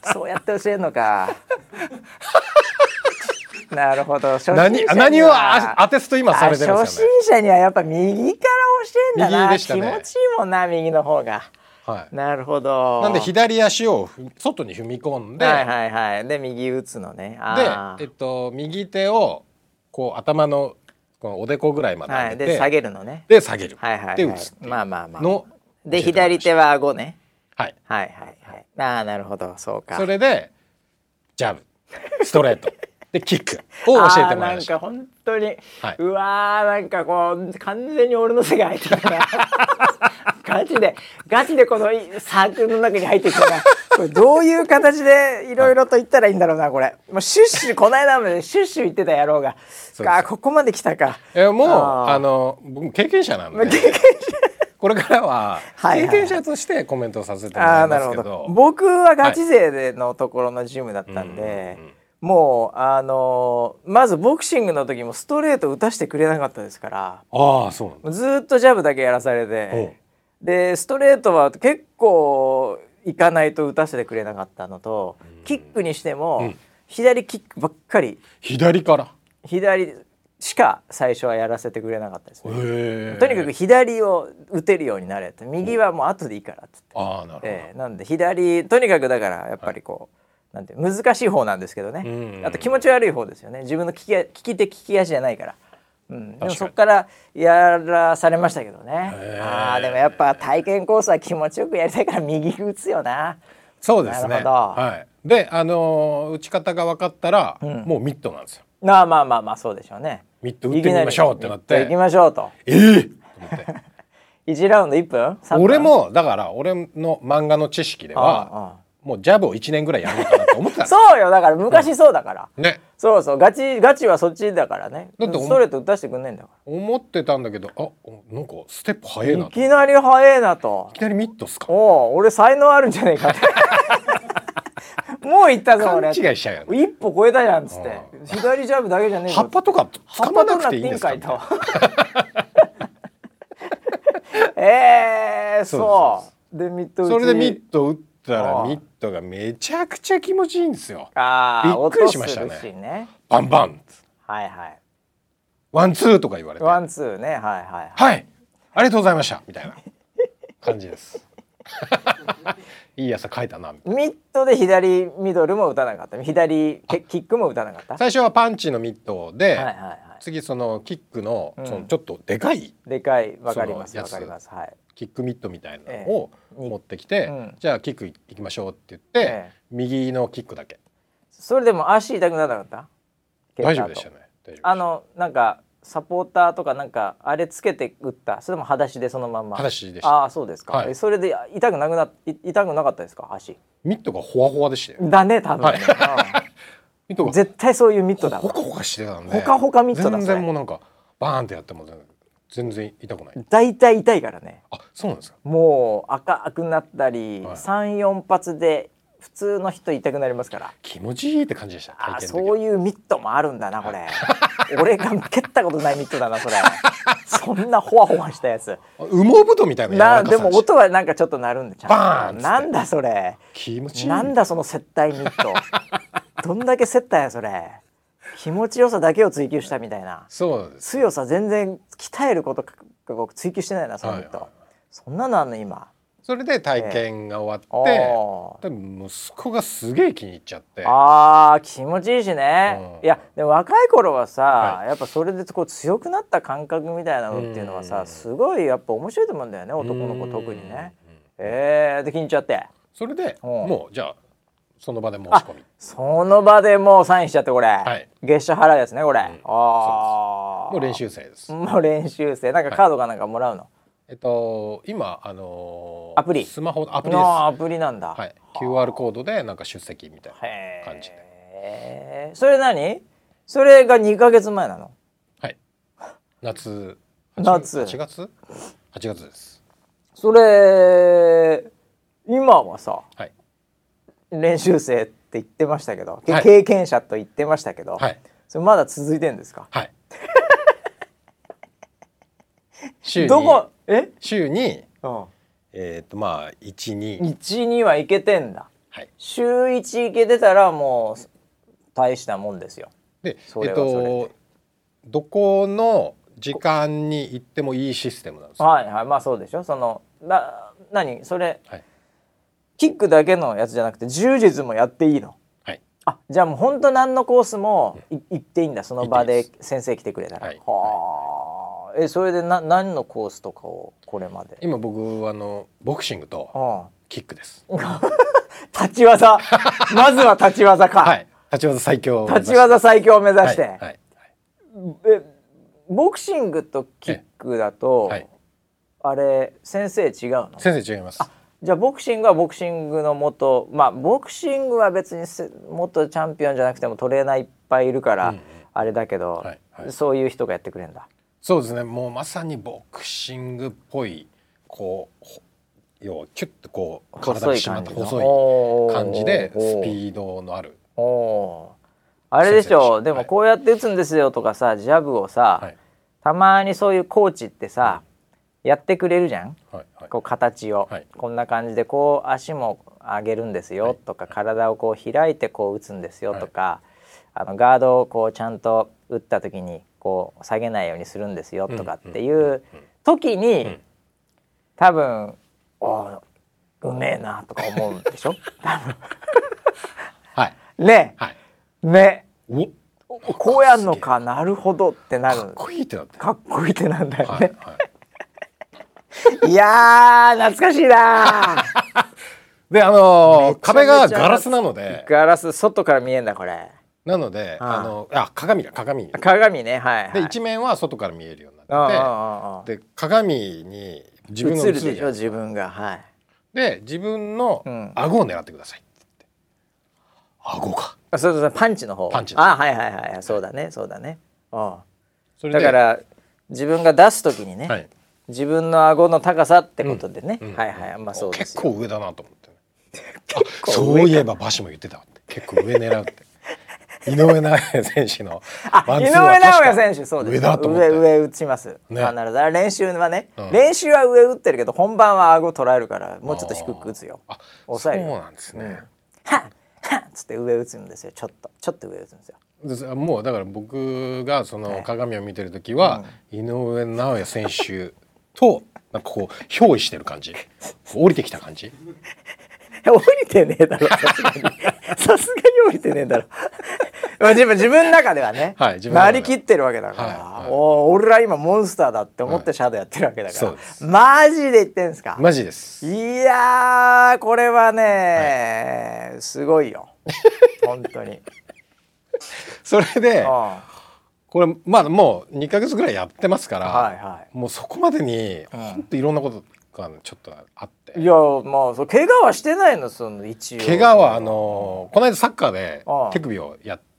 そうやって教えるのか。なるほど初心者には何を当てすと今されてるんですよね。 初心者にはやっぱ右から教えるんだな。 右でしたね。 気持ちいいもんな右の方が。はい、なるほど。 なんで左足を外に踏み込んで、 はいはいはい。で右打つのね。 で、えっと右手をこう頭のこのおでこぐらいまで上げて、 はい、で下げるのね。 で下げる。 はいはいはい。 で打つっていうまあまあまあ。 ので左手は顎ね。 はいはいはいはい。ああなるほどそうか。 それでジャブ、ストレート。でキックを教えてもらいました。 なんか本当に、はい、うわーなんかこう完全に俺の世界入ってきたなガチでガチでこのサークルの中に入ってきたなこれどういう形でいろいろと言ったらいいんだろうなこれもうシュッシュこの間までシュッシュ言ってた野郎があここまで来たか。 えもうああの僕経験者なんで経験者これからは経験者としてコメントをさせてもらいますけど、はいはい、 僕はガチ勢でのところのジムだったんで、はいうんうんもうあのー、まずボクシングの時もストレート打たせてくれなかったですからあそうなんだずっとジャブだけやらされてでストレートは結構いかないと打たせてくれなかったのとキックにしても、うん、左キックばっかり左から左しか最初はやらせてくれなかったですね。とにかく左を打てるようになれって右はもう後でいいからっつってあなるほど、 えー、なんで左とにかくだからやっぱりこう、はいなんて難しい方なんですけどね、うんうん、あと気持ち悪い方ですよね自分の利き、利き手利き足じゃないから、うん、でもそこからやらされましたけどねあでもやっぱ体験コースは気持ちよくやりたいから右打つよな。 そうですね、はい、で、あのー、打ち方が分かったら、うん、もうミットなんですよ。 まあまあまあまあそうでしょうね。 ミット打ってみましょうってなって行きましょうとえー、と思っていちラウンドいっぷん俺もだから俺の漫画の知識ではああもうジャブをいちねんぐらいやるのかなと思ってたそうよだから昔そうだから、 うん、ねそうそうガチガチはそっちだからねだってストレート打たせてくんないんだから思ってたんだけどあなんかステップ早いなといきなり早いなといきなりミットっすかお俺才能あるんじゃねえかってもういったぞ俺勘違いしちゃうよ、ね、 一歩超えたじゃんっつって左ジャブだけじゃねえ葉っぱとか掴まなくていいんですかとえーそうでミット打ちそれでミット打ってだからミットがめちゃくちゃ気持ちいいんですよ。あびっくりしました ね, ねバンバンはいはいワンツーとか言われてワンツーねはいはいはいありがとうございましたみたいな感じですいい朝書いたなみたいな。 ミットで左ミドルも打たなかった左キックも打たなかった最初はパンチのミットで、はいはいはい、次そのキック の,、うん、そのちょっとでかいでかいわかりますわかります、はい、 キックミットみたいなのを持ってきて、えーうん、じゃあキックいきましょうって言って、えー、右のキックだけそれでも足痛くならなかった大丈夫でしたね大丈夫でしたあのなんかサポーターとかなんかあれつけて打ったそれも裸足でそのまま裸足でした。 ああそうですか、はい、それで痛くなくな痛くなかったですか足ミットがホワホワでしたよだね多分ね、はい、ミットが絶対そういうミットだホカホカしてたんでホカホカミットだ全然もうなんかバーンってやっても全然全然痛くない。 大体痛いからね。 あ、そうなんですか。 もう赤くなったり、はい、さん、よん発で普通の人痛くなりますから。 気持ちいいって感じでした。 あ、そういうミットもあるんだなこれ。俺が蹴ったことないミットだなそれ。そんなホワホワしたやつ。 羽毛布団みたいな柔らかさな。でも音はなんかちょっと鳴るんでちゃんと。 バーン。 なんだそれ。 気持ちいい。 なんだその接待ミット。どんだけ接待やそれ。気持ちよさだけを追求したみたいな。 そうです。 強さ全然鍛えることを追求してないなそのミット。はいはい、そんなのあんの今。 それで体験が終わって、えー、息子がすげえ気に入っちゃって。 あー気持ちいいしね、うん、いやでも若い頃はさ、はい、やっぱそれでこう強くなった感覚みたいなのっていうのはさすごいやっぱ面白いと思うんだよね男の子特にね。えー、で気に入っちゃって。 それでもうじゃあその場で申し込み。 その場でもうサインしちゃってこれ、はい、月謝払うやつねこれ、うん、ああもう練習生です。 もう練習生なんかカードかなんかもらうの、はい、 えっと今あのー、アプリスマホアプリです。 アプリなんだ、 はい、キューアール コードでなんか出席みたいな感じで。 へーそれ何それがにかげつまえなの。 はい夏夏はちがつはちがつです。 それ今はさ、はい、練習生って言ってましたけど、はい、経験者と言ってましたけど、はい、それまだ続いてんですか。 はい週にどこえ週に、うん、えっとまあいち、にいち、にはいけてんだ、 はい、 週いちいけてたらもう大したもんですよ。 でそれはそれで、えっと、どこの時間に行ってもいいシステムなんですよ。 はいはい、まあそうでしょ。そのな何それ、はい、キックだけのやつじゃなくて柔術もやっていいの。 はい、 あじゃあもうほんと何のコースもい、うん、行っていいんだその場で先生来てくれたら。はい、はあ、えそれでな何のコースとかをこれまで。 今僕あのボクシングとキックです。 立ち技まずは立ち技か。 はい、立ち技最強。 立ち技最強を目指して、はいはいはい、えボクシングとキックだと、はい、あれ先生違うの？ 先生違います。 あじゃあボクシングはボクシングの元まあボクシングは別に元チャンピオンじゃなくてもトレーナーいっぱいいるから、うんうん、あれだけど、はいはい、そういう人がやってくれるんだ。 そうですね。もうまさにボクシングっぽいこう要はキュッとこう体が締まった細い感じでスピードのある。 おあれでしょ。でもこうやって打つんですよとかさジャブをさ、はい、たまにそういうコーチってさ、はい、やってくれるじゃん、はいはい、こう形を、はい、こんな感じでこう足も上げるんですよとか、はい、体をこう開いてこう打つんですよとか、はい、あのガードをこうちゃんと打った時にこう下げないようにするんですよとかっていう時に、うんうん、多分おうめえなとか思うんでしょ多分はいねえ、 はい、 ねこうやんのかなるほどってなる。 かっこいいってなってかっこいいってなんだよね、はいはい、いやー懐かしいなであのー、壁がガラスなのでガラス外から見えんだこれなので、あのあ鏡だ鏡鏡ね、はい、はい、 で一面は外から見えるようになってて、ああで鏡に自分が映るでしょ自分が、はい、 で自分の顎を狙ってくださいって言って、うん、顎かあそうそうパンチの方パンチあはいはいはいそうだねそうだねあそれでだから自分が出す時にね、はい、自分の顎の高さってことでね、うん、はいはいまあそうですよ結構上だなと思って、ね、あそういえばバシも言ってたって結構上狙うって井上尚弥選手のあ井上尚弥選手そうです上だと思って上上打ちます、ね、必ず練習はね、うん、練習は上打ってるけど本番は顎捉えるからもうちょっと低く打つよ抑えるそうなんですね、うん、 はっはっつって上打つんですよちょっとちょっと上打つんですよ。 もうだから僕がその鏡を見てる時は、はい、井上尚弥選手となんかこう憑依してる感じ降りてきた感じ降りてねえだろさすがにさすがに降りてねえだろまあ自分自分の中ではね、はい、なりきってるわけだから、はいはい、お俺ら今モンスターだって思ってシャドウやってるわけだから、はい、マジで言ってんすか。 マジです。 いやーこれはね、はい、すごいよ本当にそれでこれまあもうにかげつぐらいやってますから、はいはい、もうそこまでに本当いろんなことがちょっとあって、 いやまあそう怪我はしてないのその一応怪我はあのー、この間サッカーで手首をやって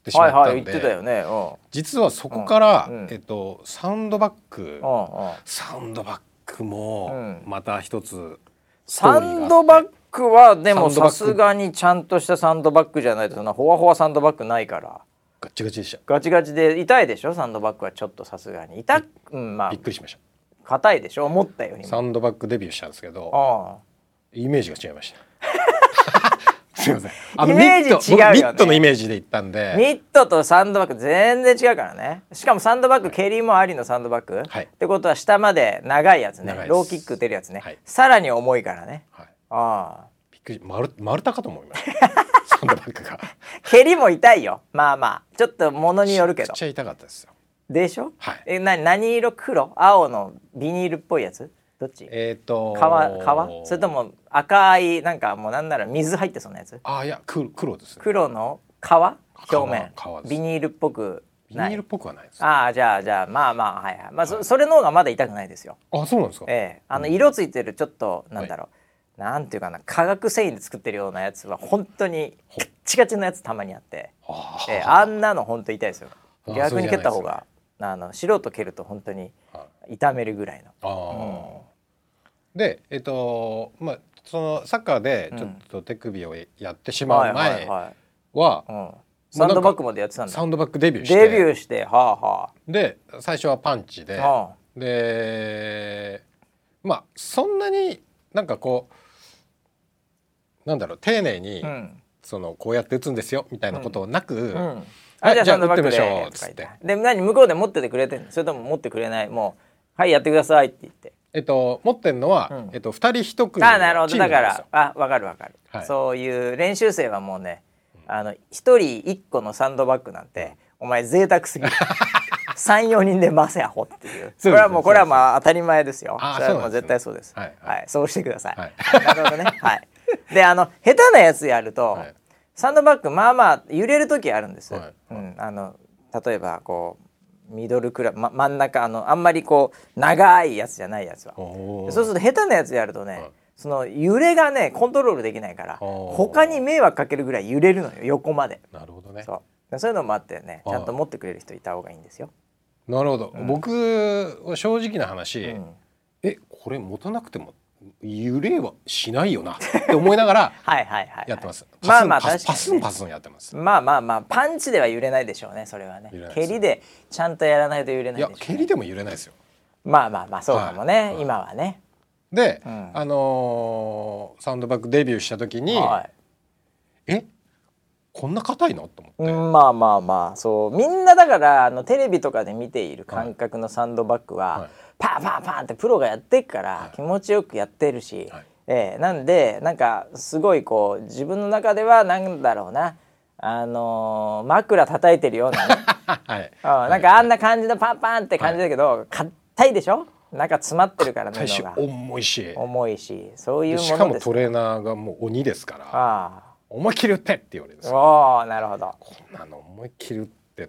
ってしまったんで、 はいはい、言ってたよね、うん、 実はそこから、うん、えっと、サウンドバッグ、うんうん、サウンドバッグもまた一つストーリーがあって、 サンドバッグはでもさすがにちゃんとしたサンドバッグじゃないとそんなホワホワサンドバッグないから。 ガチガチでした。 ガチガチで痛いでしょサンドバッグは。ちょっとさすがに痛、うん、まあびっくりしました。 硬いでしょ思ったよりも。 サンドバッグデビューしたんですけど、あイメージが違いましたすいません、あのイメージ違うよね。 ミットのイメージで言ったんで、 ミットとサンドバッグ全然違うからね。しかもサンドバッグ、蹴りもありのサンドバッグ、はい、ってことは下まで長いやつね、ローキック打てるやつね、はい、さらに重いからね、はい、あびっくり、丸丸太かと思いましたサンドバッグが蹴りも痛いよ。まあまあちょっとものによるけど。 めちゃくちゃ痛かったですよ。 でしょ、 はい、 えな何色？黒？青のビニールっぽいやつ？どっち？ えっと革？革？それとも赤いなんかもうなんなら水入ってそうなやつ？ あいや黒、黒ですね。 黒の革？表面ビニールっぽくない。ビニールっぽくはないです。 ああじゃあじゃあまあまあはいはい、まあ、そ, それの方がまだ痛くないですよ。 あそうなんですか。 ええあの色ついてるちょっとなんだろう、はい、なんていうかな化学繊維で作ってるようなやつは本当にカッチカチのやつたまにあって、あ,、ええ、あんなの本当痛いですよ。逆に蹴った方があの素人蹴ると本当に痛めるぐらいの。あ、 うん、でえっとまあそのサッカーでちょっと手首をやってしまう前は、うん、 サンドバッグまでやってたんだ。 サウンドバッグデビューしてデビューしてはあはあで最初はパンチで、はあ、でまあそんなになんかこうなんだろう丁寧に、うん、そのこうやって打つんですよみたいなことなく、うんうん、 あじゃあサンドバッグで打ってみましょうっつって。で何向こうで持っててくれてんの？それとも持ってくれない？もうはいやってくださいって言って。 えっと持ってんのは、うんえっと、ふたりひと組のチームなんですよ。 あなるほど、だからあ分かる分かる、はい、そういう練習生はもうねあのひとりいっこのサンドバッグなんて、うん、お前贅沢すぎるさんよにんで回せやほっていう。これはもうこれはまあ当たり前ですよ。それはもう絶対そうです。はいはい、そうしてください、はい、なるほどねはいであの下手なやつやると、はい、サンドバッグまあまあ揺れる時あるんです、はいうん、あの例えばこうミドルクラブ、ま、真ん中あのあんまりこう長いやつじゃないやつはそうすると下手なやつやるとね、はい、その揺れがねコントロールできないから他に迷惑かけるぐらい揺れるのよ横まで。 なるほどね。 そうそういうのもあってねちゃんと持ってくれる人いた方がいいんですよ。 なるほど、うん、僕は正直な話、うん、えこれ持たなくても揺れはしないよなって思いながらやってます。まあまあ確かに、ね、パスンパスンやってます。 まあまあまあパンチでは揺れないでしょうねそれはね。蹴りでちゃんとやらないと揺れないでしょう、ね、 いや蹴りでも揺れないですよ。 まあまあまあそうかもね、はい、今はね。 で、うん、あのー、サウンドバッグデビューした時に、はい、えこんな硬いのと思って、 うん、まあまあまあそうみんなだからあのテレビとかで見ている感覚のサンドバッグは、はい、パンパンパンってプロがやってっから気持ちよくやってるし、はいえー、なんでなんかすごいこう自分の中ではなんだろうなあのー、枕叩いてるようなね、はい、なんかあんな感じのパンパンって感じだけど硬、はい、いでしょなんか詰まってるから布が重いし重いしそういうものです。 しかもトレーナーがもう鬼ですからあ思いっきり打ってって言われるんですよ。 おーなるほど。 こんなの思いっきり打って、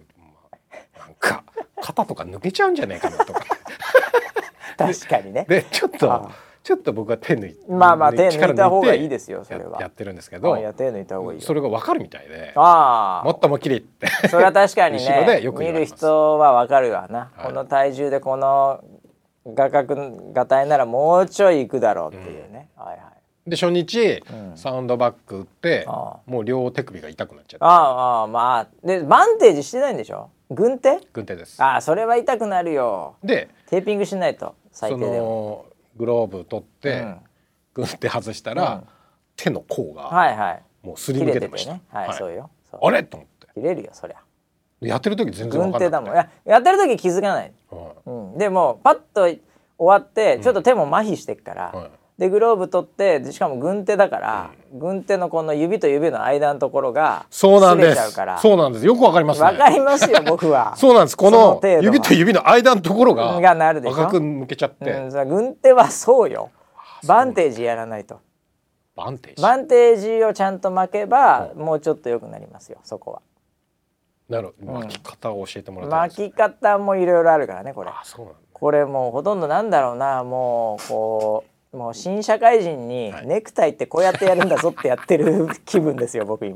まあ、なんか肩とか抜けちゃうんじゃねえかなとか確かにね。 でちょっとちょっと僕は手抜いてまあまあ手抜いた方がいいですよそれは や, やってるんですけどいや手抜いた方がいいよ。 それが分かるみたいであもっと思いっきりってそれは確かにね見る人は分かるわな、はい、この体重でこの画角がたいならもうちょいいくだろうっていうね、うん、はいはい。 で初日、うん、サウンドバッグ打ってもう両手首が痛くなっちゃって。 ああまあでバンテージしてないんでしょ。軍手？ 軍手です。 ああそれは痛くなるよ。でテーピングしないと最低でも。そのグローブ取って、うん、軍手外したら、うん、手の甲がもうすり抜けてました。 ねはいはい、そうよそうあれと思って切れるよそりゃ。 やってる時全然分かんなくて軍手だもん。いややってる時気づかない、うんうん、でもパッと終わってちょっと手も麻痺してっから、うんはいでグローブ取ってしかも軍手だから、うん、軍手のこの指と指の間のところが擦れちゃうから。 そうなんですよくわかりますね。 わかりますよ僕はそうなんですこの指と指の間のところが赤く抜けちゃって、 うん、軍手はそうよバンテージやらないと。 バンテージバンテージをちゃんと巻けば、うん、もうちょっと良くなりますよそこは。 なる巻き方を教えてもらって、ね、巻き方もいろいろあるからねこれ。あそうなんだ。これもうほとんどなんだろうなもうこうもう新社会人にネクタイってこうやってやるんだぞってやってる気分ですよ僕今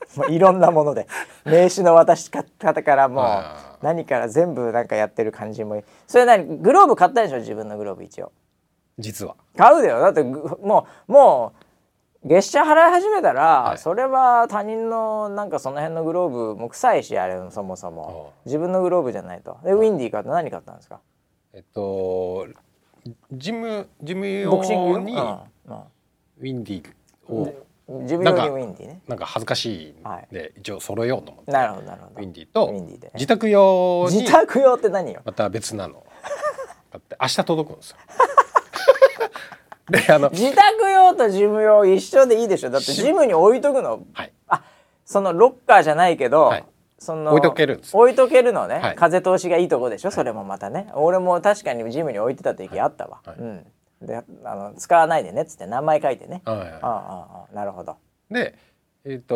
もういろんなもので名刺の渡し方からもう何から全部なんかやってる感じもいい。それ何グローブ買ったでしょ自分のグローブ一応。 実は買うだよ。だってもうもう月謝払い始めたら、はい、それは他人のなんかその辺のグローブも臭いしあれそもそも自分のグローブじゃないと。でウィンディー買って何買ったんですか？ えっとジムジム用にウィンディーをジム用にウィンディーね。 なんか恥ずかしいんで一応揃えようと思って、 なるほどなるほど。 ウィンディーと自宅用に自宅用って何よ？ また別なの買って明日届くんですよ。であの自宅用とジム用一緒でいいでしょ。だってジムに置いとくの、はい、あそのロッカーじゃないけど、はい、その置いとけるんです。 置いとけるのね、はい、風通しがいいとこでしょ、はい、それもまたね。俺も確かにジムに置いてた時あったわ、はいはい、うんであの使わないでねっつって名前書いてね、はいはい、あああなるほど。 でえっ、ー、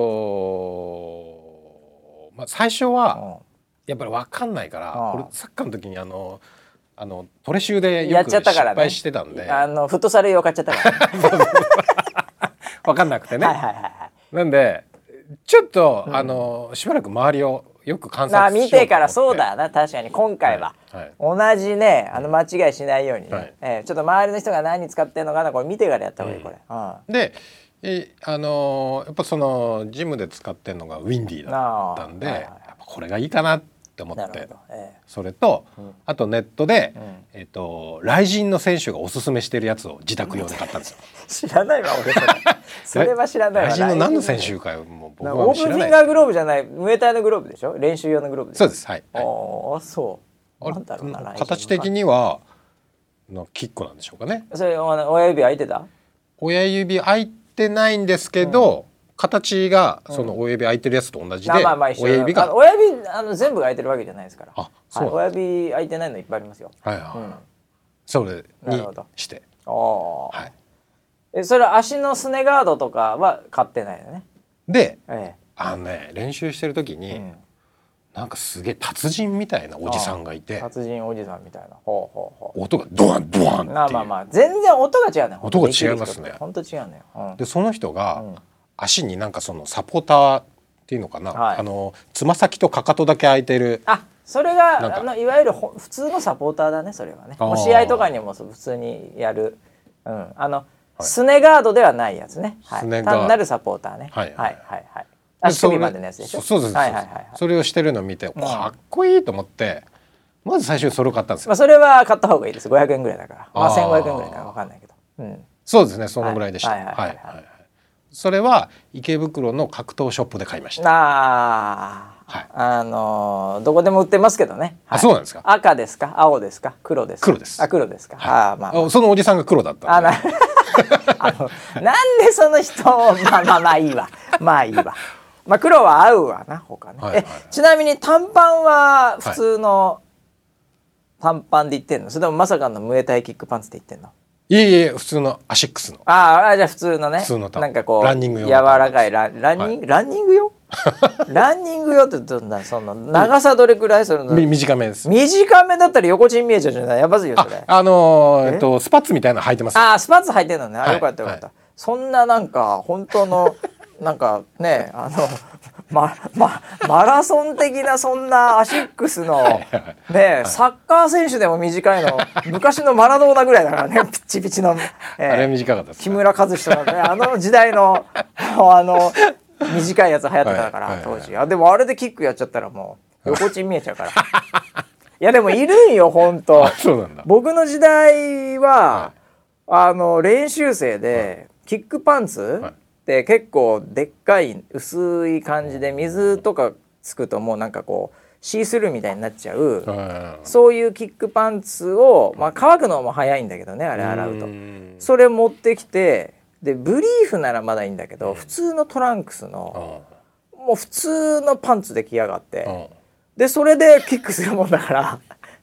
とまあ最初はやっぱり分かんないから俺サッカーの時にあのあのトレシューでよく失敗してたんで、 ね、あのフットサル用買っちゃったから、ね、 分かんなくてね、はいはいはいはい、なんでちょっと、うん、あのしばらく周りをよく観察しようと思って見てからそうだな確かに今回は、はいはい、同じねあの間違いしないようにね、はいえー、ちょっと周りの人が何使ってんのかなこれ見てからやった方がいい、うん、これ、うん、 でえあのやっぱそのジムで使ってんのがウィンディーだったんで、はいはい、やっぱこれがいいかなって思って、ええ、それと、うん、あとネットで、うんえー、と雷神の選手がおすすめしてるやつを自宅用で買ったんですよ。 知らないわ俺それそれは知らないわ。 雷神の何の選手かもう僕は知らない。 オープンフィンガーグローブじゃないムエタイのグローブでしょ。練習用のグローブでしょ。 そうですはい、 はい、ああそうなんだろうな形的にはのキックなんでしょうかね。 それ親指開いてた？ 親指開いてないんですけど、うん形がその親指開いてるやつと同じで、うん、親指が親指あの全部が開いてるわけじゃないですから。あ、そう、はい、親指開いてないのいっぱいありますよ。はいはい、うん、 それにして。 ああ、はい。えそれ足のすねガードとかは買ってないよね。 で、ええ、あのね練習してる時に、うん、なんかすげえ達人みたいなおじさんがいて、 達人おじさんみたいな。ほうほうほう。音がドワンドワンっていう。 まあまあまあ全然音が違うね。 音が違いますね。 本当違うね。うん、 でその人が。うん足になんかそのサポーターっていうのかな、はい、あのつま先とかかとだけ開いてる。 あそれがあのいわゆる普通のサポーターだねそれはね。もう試合とかにも普通にやる、うん、あの、はい、すねガードではないやつね、はい、単なるサポーターね。はいはいはいはい。足首までのやつでしょ。 そうです、はいはいはいはい、それをしてるのを見て、うん、かっこいいと思ってまず最初にそれを買ったんですよ。 まあ、それは買った方がいいです。ごひゃくえんぐらいだから。まあせんごひゃくえんぐらいだから分かんないけど、うん、 そうですねそのぐらいでした。はいはいはい、はいはい。それは池袋の格闘ショップで買いました。 あ、はい、あのー、どこでも売ってますけどね。 はい、あそうなんですか。 赤ですか青ですか黒ですか。 黒です。 あ黒ですか。 はい、あ、まあ、まあ、そのおじさんが黒だったんで。あなあのなんでその人まあまあまあいいわまあいいわ。まあ黒は合うわな他ね。はいはいはい、えちなみに短パンは普通の短パンで言ってんの？それともまさかのムエタイキックパンツで言ってんの？ いえいえ普通のアシックスの。 ああじゃあ普通のね。 普通のなんかこうランニング用柔らかいランランニング、はい、ランニング用ランニング用ってどんなその長さどれくらいその短めです。 短めだったら横チン見えちゃうじゃない。やばずいよそれ。 あ、あのー、えっとスパッツみたいなの履いてます。 あスパッツ履いてるのね。あ、はい、よかったよかった、はい、そんななんか本当のなんかねあのまま、マラソン的なそんなアシックスの、ねはい、サッカー選手でも短いの昔のマラドーナぐらいだからねピッチピチの、 えー、あれ短かったです、ね、 木村和人のねあの時代のあの短いやつ流行ってたから、はい、当時、はいはい、あでもあれでキックやっちゃったらもう横チン見えちゃうからいやでもいるんよ本当。 そうなんだ。 僕の時代は、はい、あの練習生で、はい、キックパンツ、はいで結構でっかい薄い感じで水とかつくともうなんかこうシースルーみたいになっちゃうそういうキックパンツを、まあ、乾くのも早いんだけどねあれ洗うとそれ持ってきてでブリーフならまだいいんだけど普通のトランクスのもう普通のパンツで着やがってでそれでキックするもんだから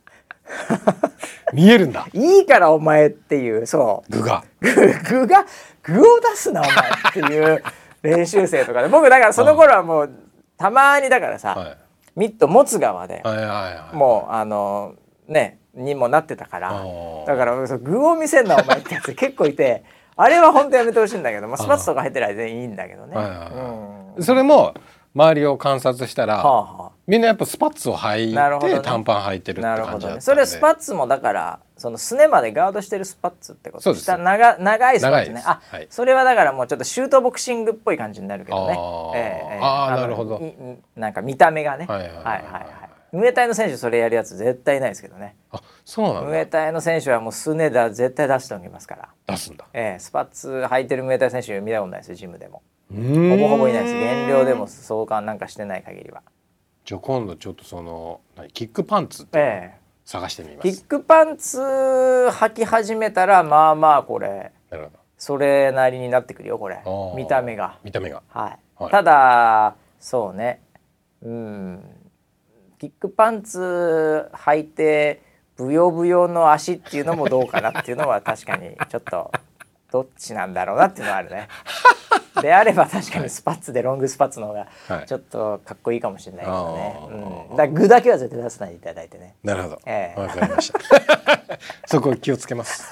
見えるんだ。 いいからお前っていうそう具が具が具を出すなお前っていう練習生とかで僕だからその頃はもうたまにだからさ、はい、ミット持つ側で、はいはいはい、もうあのねにもなってたからだから具を見せんなお前ってやつ結構いてあれは本当やめてほしいんだけど、まあ、スパッツとか入ってる間全然いいんだけどね、はいはいはいうん、それも周りを観察したら、はあはあ、みんなやっぱスパッツを履いて、ね、短パン履いてるって感じだったんで、ね、 それスパッツもだからそのすねまでガードしてるスパッツってことです。下長長いスパッツね。あ、はい、それはだからもうちょっとシュートボクシングっぽい感じになるけどね。あ、えー、 あーなるほど。 なんか見た目がね。はいはいはいはい。ムエタイの選手それやるやつ絶対いないですけどね。 あ、そうなんだ。 ムエタイの選手はもうすねだ絶対出しておきますから。 出すんだ。 えー、スパッツ履いてるムエタイ選手見たことないですよ、ジムでも。ほぼほぼいないです。減量でも相関なんかしてない限りは。 じゃあ今度ちょっとそのキックパンツって探してみます。 えー、キックパンツ履き始めたらまあまあこれそれなりになってくるよこれ。見た目が。 見た目が。 はい。はい、ただそうね。うん。キックパンツ履いてブヨブヨの足っていうのもどうかなっていうのは確かにちょっとどっちなんだろうなっていうのはあるね。であれば確かにスパッツでロングスパッツの方がちょっとかっこいいかもしれないけどね、はい、うん、だから具だけは絶対出さないでいただいてね。 なるほど、えー、分かりましたそこ気をつけます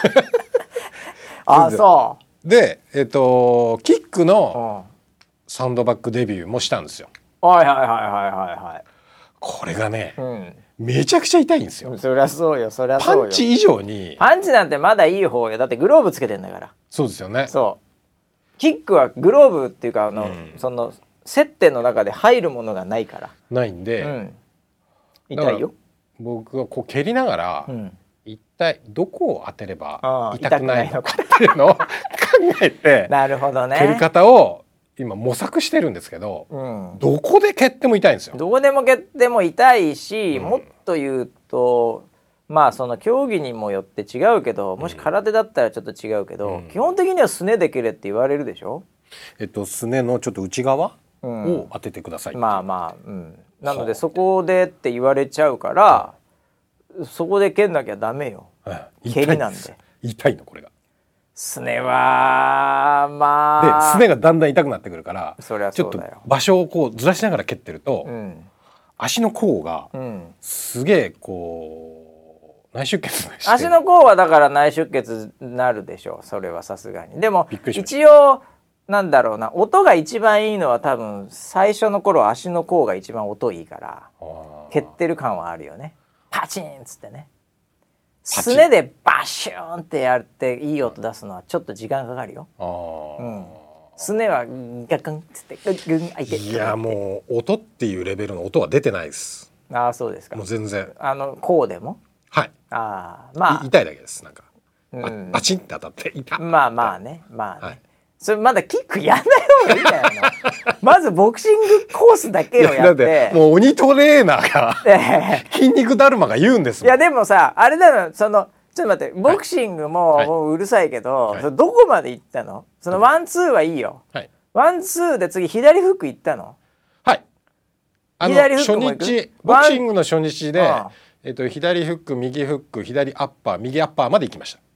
ああそうで、えーと、キックのサンドバッグデビューもしたんですよ。 はいはいはいはいはいはい。 これがね、うん、めちゃくちゃ痛いんですよ。 そりゃそうよそりゃそうよ。 パンチ以上にパンチなんてまだいい方よ。だってグローブつけてんだから。 そうですよね。 そうキックはグローブっていうかあの、うん、その接点の中で入るものがないからないんで、うん、 痛いよ。 僕はこう蹴りながら、うん、一体どこを当てれば痛くないのかっていうのを考えてなるほどね。 蹴り方を今模索してるんですけど、うん、どこで蹴っても痛いんですよ。 どこでも蹴っても痛いし、うん、もっと言うとまあその競技にもよって違うけど、もし空手だったらちょっと違うけど、うん、基本的にはすねで蹴れって言われるでしょ。 えっとすねのちょっと内側を当ててください、 うん、まあまあ、うん、なのでそこでって言われちゃうから、うん、そこで蹴んなきゃダメよ、うん、蹴りなんで。 痛いのこれが。 すねはまあですねがだんだん痛くなってくるから、 そりゃそうだよ。 ちょっと場所をこうずらしながら蹴ってると、うん、足の甲がすげえこう内出血して、 足の甲はだから内出血になるでしょう。それはさすがに。でも一応なんだろうな、音が一番いいのは多分最初の頃足の甲が一番音いいから蹴ってる感はあるよね。パチンっつってね。すねでバシューンってやっていい音出すのはちょっと時間かかるよ。あ、うん、すねはガクンっつってグングン開いて。 いやもう音っていうレベルの音は出てないです。 ああそうですか。 もう全然。 あの甲でも。 はい。 ああまあ痛いだけです。なんか、うん、バチンって当たって痛。 まあまあねまあね、はい、それまだキックやんない方がいいんだよまずボクシングコースだけをやって。 だってもう鬼トレーナーが筋肉だるまが言うんですもん。 いやでもさあれだよ、そのちょっと待って、ボクシングも、はい、もううるさいけど、はい、それどこまで行ったの？そのワンツーはいいよ、はい、ワンツーで次左フック行ったの？ はい。あの左フックも行く？初日ボクシングの初日で、えっと、左フック右フック左アッパー右アッパーまで行きました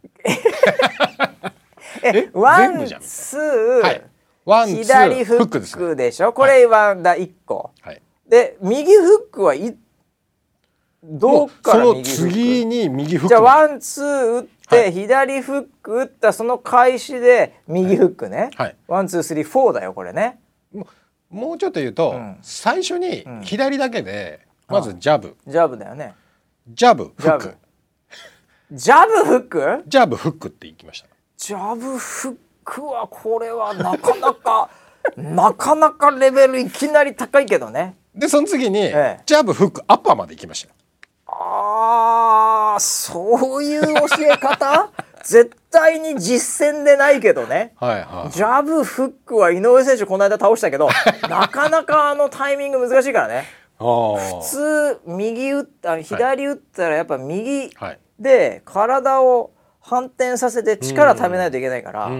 えワンツー、はい、ワンツー左フックでしょ、これはだいっこ、はい、で右フックはいどっから右フック？ その次に右フック。 じゃあワンツー打って、はい、左フック打ったその開始で右フックね、はい、ワンツースリーフォーだよこれね。 もう、もうちょっと言うと、うん、最初に左だけで、うん、まずジャブ、 ジャブだよね。 ジャブフック、 ジャブフックジャブフックって言いました。 ジャブフックはこれはなかなかなかなかレベルいきなり高いけどね。 でその次に、ええ、ジャブフックアッパーまで行きました。 あーそういう教え方絶対に実践でないけどね、はいはい、ジャブフックは井上選手この間倒したけどなかなかあのタイミング難しいからね普通右打った左打ったらやっぱ右で体を反転させて力ためないといけないから、うんうん、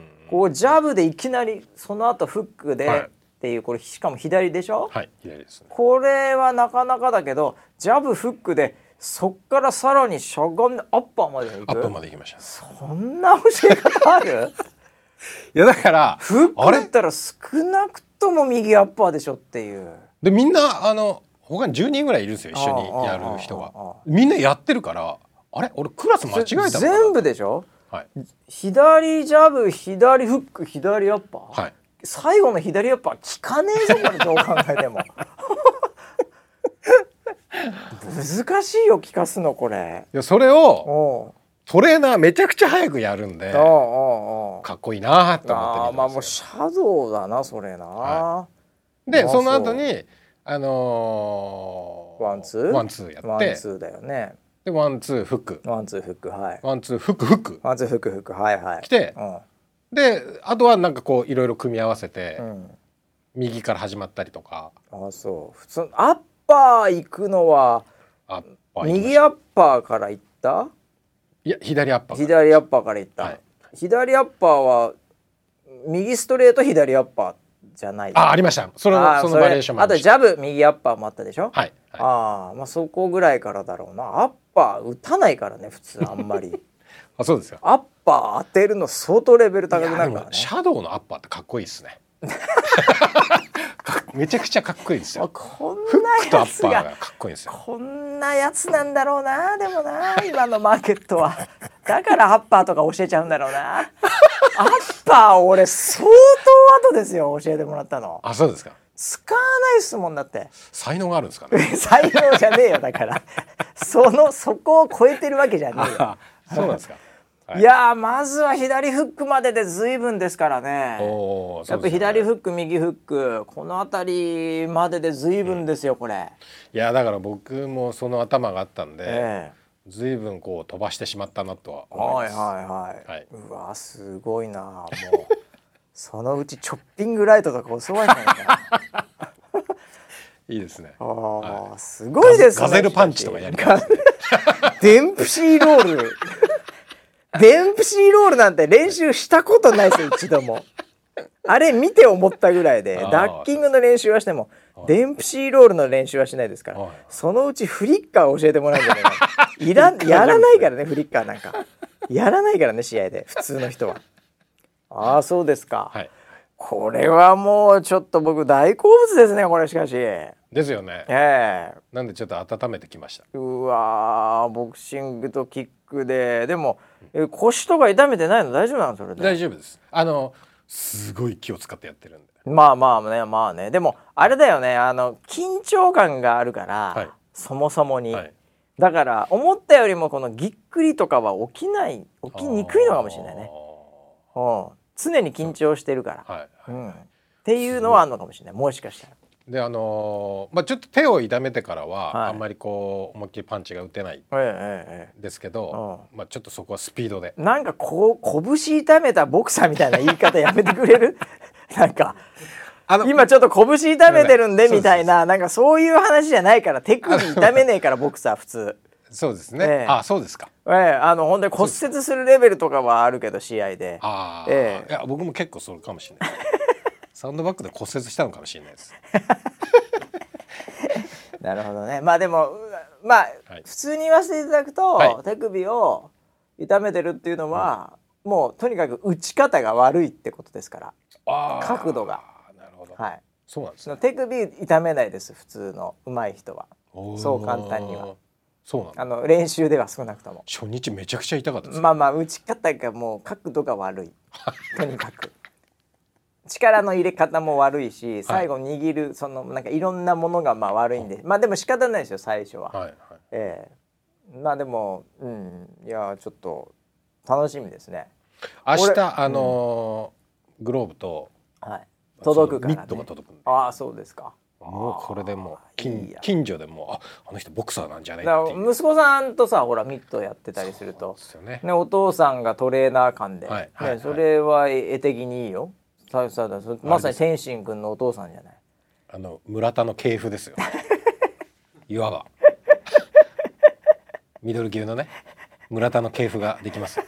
こうジャブでいきなりその後フックで、はい、っていうこれしかも左でしょ、 はい、左ですね。 これはなかなかだけどジャブフックでそっからさらにしゃがんでアッパーまで行く。 アッパーまで行きました。 そんな教え方あるいやだからフックだったら少なくとも右アッパーでしょっていう。 でみんなあの他にじゅうにんぐらいいるんですよ一緒にやる人が。みんなやってるからあれ俺クラス間違えたのかな。 全部でしょ、はい、左ジャブ左フック左アッパー、はい、 最後の左アッパー効かねえぞこれどう考えても難しいよ効かすのこれ。 いやそれをトレーナーめちゃくちゃ早くやるんでかっこいいなって思って見てますよ。あまあもうシャドウだなそれな、はい、でその後にあのー、 ワンツーワンツーやってワンツーだよね。 でワンツーフックワンツーフックはいワンツーフックフックワンツーフックフックはいはい来て、うん、であとはなんかこういろいろ組み合わせて、うん、右から始まったりとか。 あそう普通アッパー行くのは右アッパーから行った？ いや左アッパー左アッパーから行った、はい、左アッパーは右ストレート左アッパーじゃない。 あありましたそのそのバリエーションもあとジャブ右アッパーもあったでしょ。 はい、はい、 ああまあそこぐらいからだろうな。アッパー打たないからね普通あんまりあそうですよ。 アッパー当てるの相当レベル高くなるからね。 シャドウのアッパーってかっこいいですねめちゃくちゃかっこいいですよ。 こんなやつがかっこいいですよ。 こんなやつなんだろうな。でもな今のマーケットはだからアッパーとか教えちゃうんだろうなアッパー俺相当後ですよ教えてもらったの。 あそうですか。 使わないっすもんだって。 才能があるんですかね才能じゃねえよだからそのそこを超えてるわけじゃねえよそうなんですかいやまずは左フックまでで随分ですからね。 おやっぱ左フック右フックこの辺りまでで随分ですよこれ、 うん、いやだから僕もその頭があったんで、えー、随分こう飛ばしてしまったなとは思います。 はいはいはい、はい、うわすごいなもうそのうちチョッピングライトとか教わんないないいですね。 あ、はい、すごいですね。 ガゼルパンチとかやります、ね、 デンプシーロールデンプシーロールなんて練習したことないですよ一度も。あれ見て思ったぐらいでダッキングの練習はしてもデンプシーロールの練習はしないですからそのうちフリッカー教えてもらうんじゃないかいらやらないからねフリッカーなんかやらないからね試合で普通の人は。ああそうですか、はい、これはもうちょっと僕大好物ですねこれしかし。 ですよね、 えー、 なんでちょっと温めてきました。 うわボクシングとキックででもえ腰とか痛めてないの大丈夫なのそれで。 大丈夫です。あのすごい気を使ってやってるんで。 まあまあねまあねでもあれだよねあの緊張感があるから、はい、そもそもに、はい、だから思ったよりもこのぎっくりとかは起きない起きにくいのかもしれないね。うん、常に緊張してるから、はいはいうん、っていうのはあるのかもしれないもしかしたら。 であのーまあ、ちょっと手を痛めてからは、はい、あんまりこう思いっきりパンチが打てないですけど、ええええまあ、ちょっとそこはスピードでなんかこう拳痛めたボクサーみたいな言い方やめてくれるなんかあの今ちょっと拳痛めてるんでみたいななんかそういう話じゃないから手首痛めねえからボクサー普通そうですね、ええ、あそうですか、 ええ、あの本当に骨折するレベルとかはあるけど試合であ、ええ、いや僕も結構それかもしれないサンドバッグで骨折したのかもしれないですなるほどね。まあでもまあ、はい、普通に言わせていただくと、はい、手首を痛めてるっていうのは、うん、もうとにかく打ち方が悪いってことですからあ角度がなるほど、 はい、 そうなんですね。 手首痛めないです普通の上手い人はそう簡単にはそうなんだ。 あの練習では少なくとも初日めちゃくちゃ痛かったです、ね、 まあまあ打ち方がもう角度が悪いとにかく力の入れ方も悪いし最後握るそのなんかいろんなものがまあ悪いんで、はい、まあでも仕方ないですよ最初は、はいはいえー、まあでもうんいやちょっと楽しみですね明日あのーうん、グローブと、 はい、届くから、ね、 ミットが届くんでああそうですかもうこれでもう 近, 近所でも あ, あの人ボクサーなんじゃないっていう息子さんとさほらミットやってたりするとす、ねね、お父さんがトレーナー間で、はいはいね、それは絵的にいいよささまさに天心君のお父さんじゃない。 あの村田の系譜ですよいわばミドル級のね村田の系譜ができます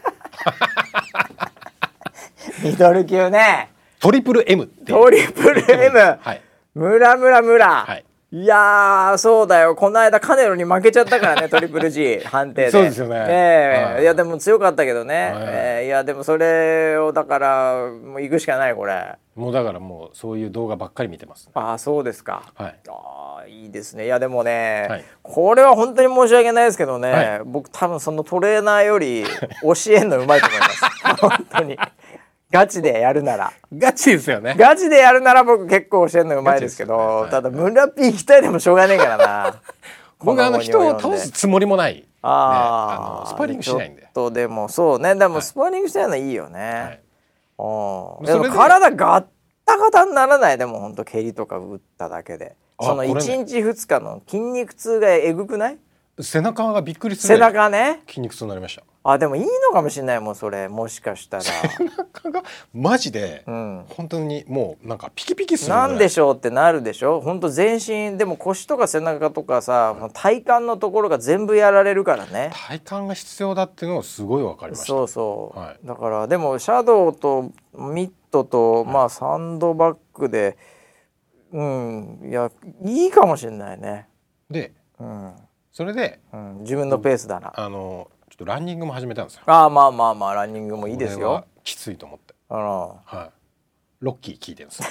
ミドル級ねトリプル M ってトリプル M、はい、村村村、はいいやーそうだよこの間カネロに負けちゃったからねトリプル G 判定でそうですよね、 えーはい、いやでも強かったけどね、はいえー、いやでもそれをだからもう行くしかないこれもうだからもうそういう動画ばっかり見てます、ね、 ああそうですか、 はい、 あいいですねいやでもね、はい、これは本当に申し訳ないですけどね、はい、僕多分そのトレーナーより教えんのうまいと思います本当にガチでやるならガチですよね。 ガチでやるなら僕結構教えるのうまいですけど、ねはい、ただ村ピー行きたいでもしょうがねえからな僕あの人を倒すつもりもない、ね、 ああのスパーリングしないんでちょっとでもそうねでもスパーリングしたいのはいいよね、はい、でも体ガッタガタにならないでもほんと蹴りとか打っただけでそのいちにちふつかの筋肉痛がえぐくない？ 背中がびっくりする背中ね筋肉痛になりました。 あでもいいのかもしれないもうそれもしかしたら背中がマジで、うん、本当にもうなんかピキピキするなんでしょうってなるでしょ本当全身でも腰とか背中とかさ、うん、体幹のところが全部やられるからね体幹が必要だっていうのがすごい分かりました。 そうそう、はい、だからでもシャドウとミットと、はい、まあサンドバッグでうんいやいいかもしれないね。 で、うん、それで、 うん、自分のペースだなあのちょっとランニングも始めたんですよ。 ああまあまあまあランニングもいいですよ。これはきついと思ってあの、 はい、ロッキー聞いてるんですよ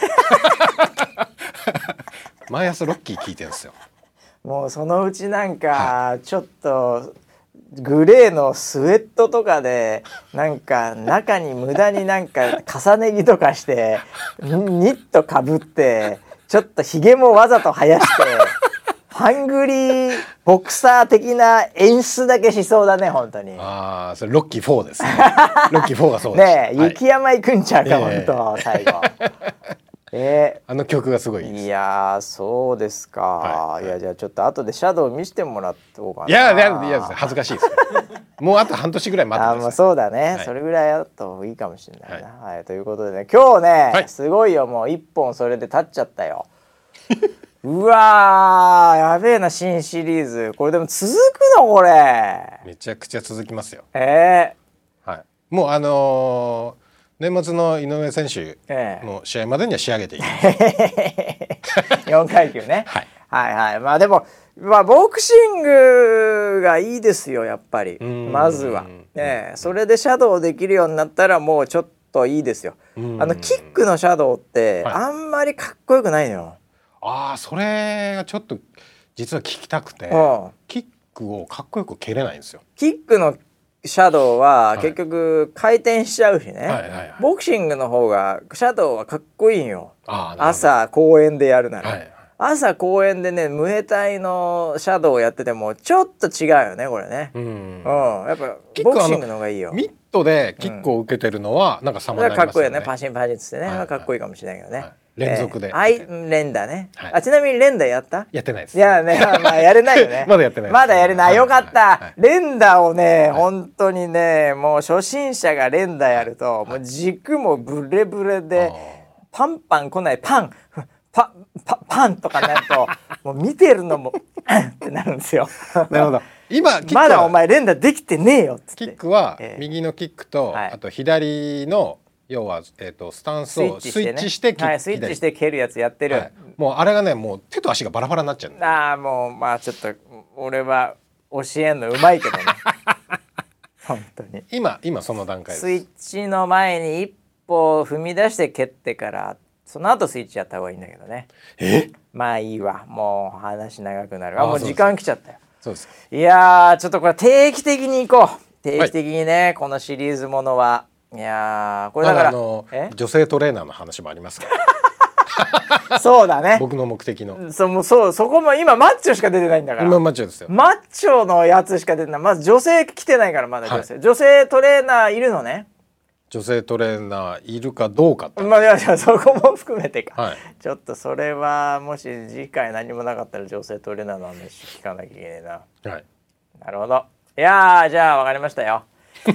毎朝ロッキー聞いてるんですよ。 もうそのうちなんかちょっとグレーのスウェットとかでなんか中に無駄になんか重ね着とかしてニットかぶってちょっとひげもわざと生やしてハングリーボクサー的な演出だけしそうだね本当に。 ああそれロッキーフォーですねロッキーフォーがそうですねえ、はい、雪山行くんちゃうか、本当最後えー、あの曲がすごいいいです。 いやそうですか、はい、いやじゃあちょっと後でシャドウ見せてもらおうかな。 いやいやいや恥ずかしいですもうあと半年ぐらい待ってください。 あもうそうだね、はい、それぐらいやった方がいいかもしれないな、はいはい、ということでね今日ね、はい、すごいよもう一本それで立っちゃったようわーやべえな新シリーズこれでも続くのこれめちゃくちゃ続きますよ。 えーはい、もうあのー年末の井上選手の試合までには仕上げていきます、えー、よんかい級ね、 はい、 はいはいまあでも、まあ、ボクシングがいいですよやっぱりまずは、ね、それでシャドウできるようになったらもうちょっといいですよ。あのキックのシャドウってあんまりかっこよくないのよ、はい、 ああそれがちょっと実は聞きたくて、うん、キックをかっこよく蹴れないんですよ。 キックのシャドウは結局回転しちゃうしね、はいはいはいはい、ボクシングの方がシャドウはかっこいいんよ。朝公園でやるなら、はい、朝公園でねムエタイのシャドウをやっててもちょっと違うよねこれね。うん、うん、やっぱボクシングの方がいいよ。 ミットでキックを受けてるのはなんか様になりますよね、 かっこいいよねパシンパシンつってね、はいはい、かっこいいかもしれないけどね、はい連続で、 えー、アイ連打ね、はい、あちなみに連打やった？ やってないです。 いやね、まあ、やれないよねまだやってないまだやれない、はい、よかった、はい、連打をね、はい、本当にねもう初心者が連打やると、はい、もう軸もブレブレで、はい、パンパン来ないパンパパパンとかなるともう見てるのもってなるんですよなるほど。今まだお前連打できてねえよっつって。 キックは右のキックと、えー、あと左の要は、えー、とスタンスをスイッチして、ね、 はい、スイッチして蹴るやつやってる、はい、 もうあれがねもう手と足がバラバラになっちゃう。 ああもうまあちょっと俺は教えんのうまいけどね本当に今今その段階です。 スイッチの前に一歩踏み出して蹴ってからその後スイッチやった方がいいんだけどね。 えまあいいわもう話長くなる。あもう時間来ちゃったよ。 そうです。 いやーちょっとこれ定期的に行こう定期的にね、はい、このシリーズものはいやこれだから、 まあの女性トレーナーの話もありますからそうだね僕の目的のそ, そうそこも今マッチョしか出てないんだから。 今マッチョですよ。 マッチョのやつしか出てない。まず女性来てないからまだ女性、はい、女性トレーナーいるのね。 女性トレーナーいるかどうかって、 まあ、いやいやそこも含めてか、 はい、 ちょっとそれはもし次回何もなかったら女性トレーナーの話聞かなきゃいけないな、はい、なるほど。いやじゃあ分かりましたよ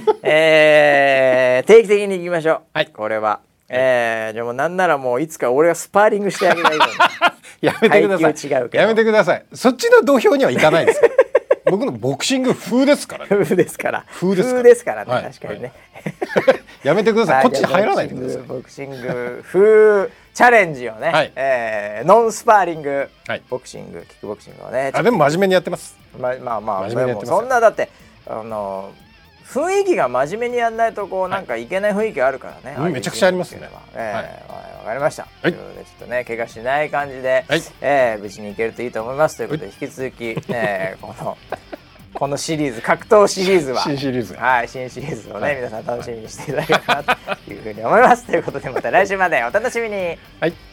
えー、定期的に行きましょう、はい、これは、えー、じゃあもうなんならもういつか俺がスパーリングしてあげたいやめてくださいやめてください。そっちの土俵には行かないです僕のボクシング風ですからね。 風ですから風ですから風ですからね、はい、確かにね、 はい、やめてくださいこっちに入らないでください。 ボクシング風チャレンジをね、はいえー、ノンスパーリング、はい、ボクシングキックボクシングをねあでも真面目にやってます。 ままあまあ真面目にやってます。そんなだってあの雰囲気が真面目にやんないとこうなんかいけない雰囲気あるからね、 はい、めちゃくちゃありますね。 えーはい、分かりました、はい、ということでちょっとね怪我しない感じで、はいえー、無事にいけるといいと思いますということで引き続き、えー、このこのシリーズ格闘シリーズは新シリーズはい新シリーズをね、はい、皆さん楽しみにしていただければなというふうに思いますということでまた来週までお楽しみに。 はい。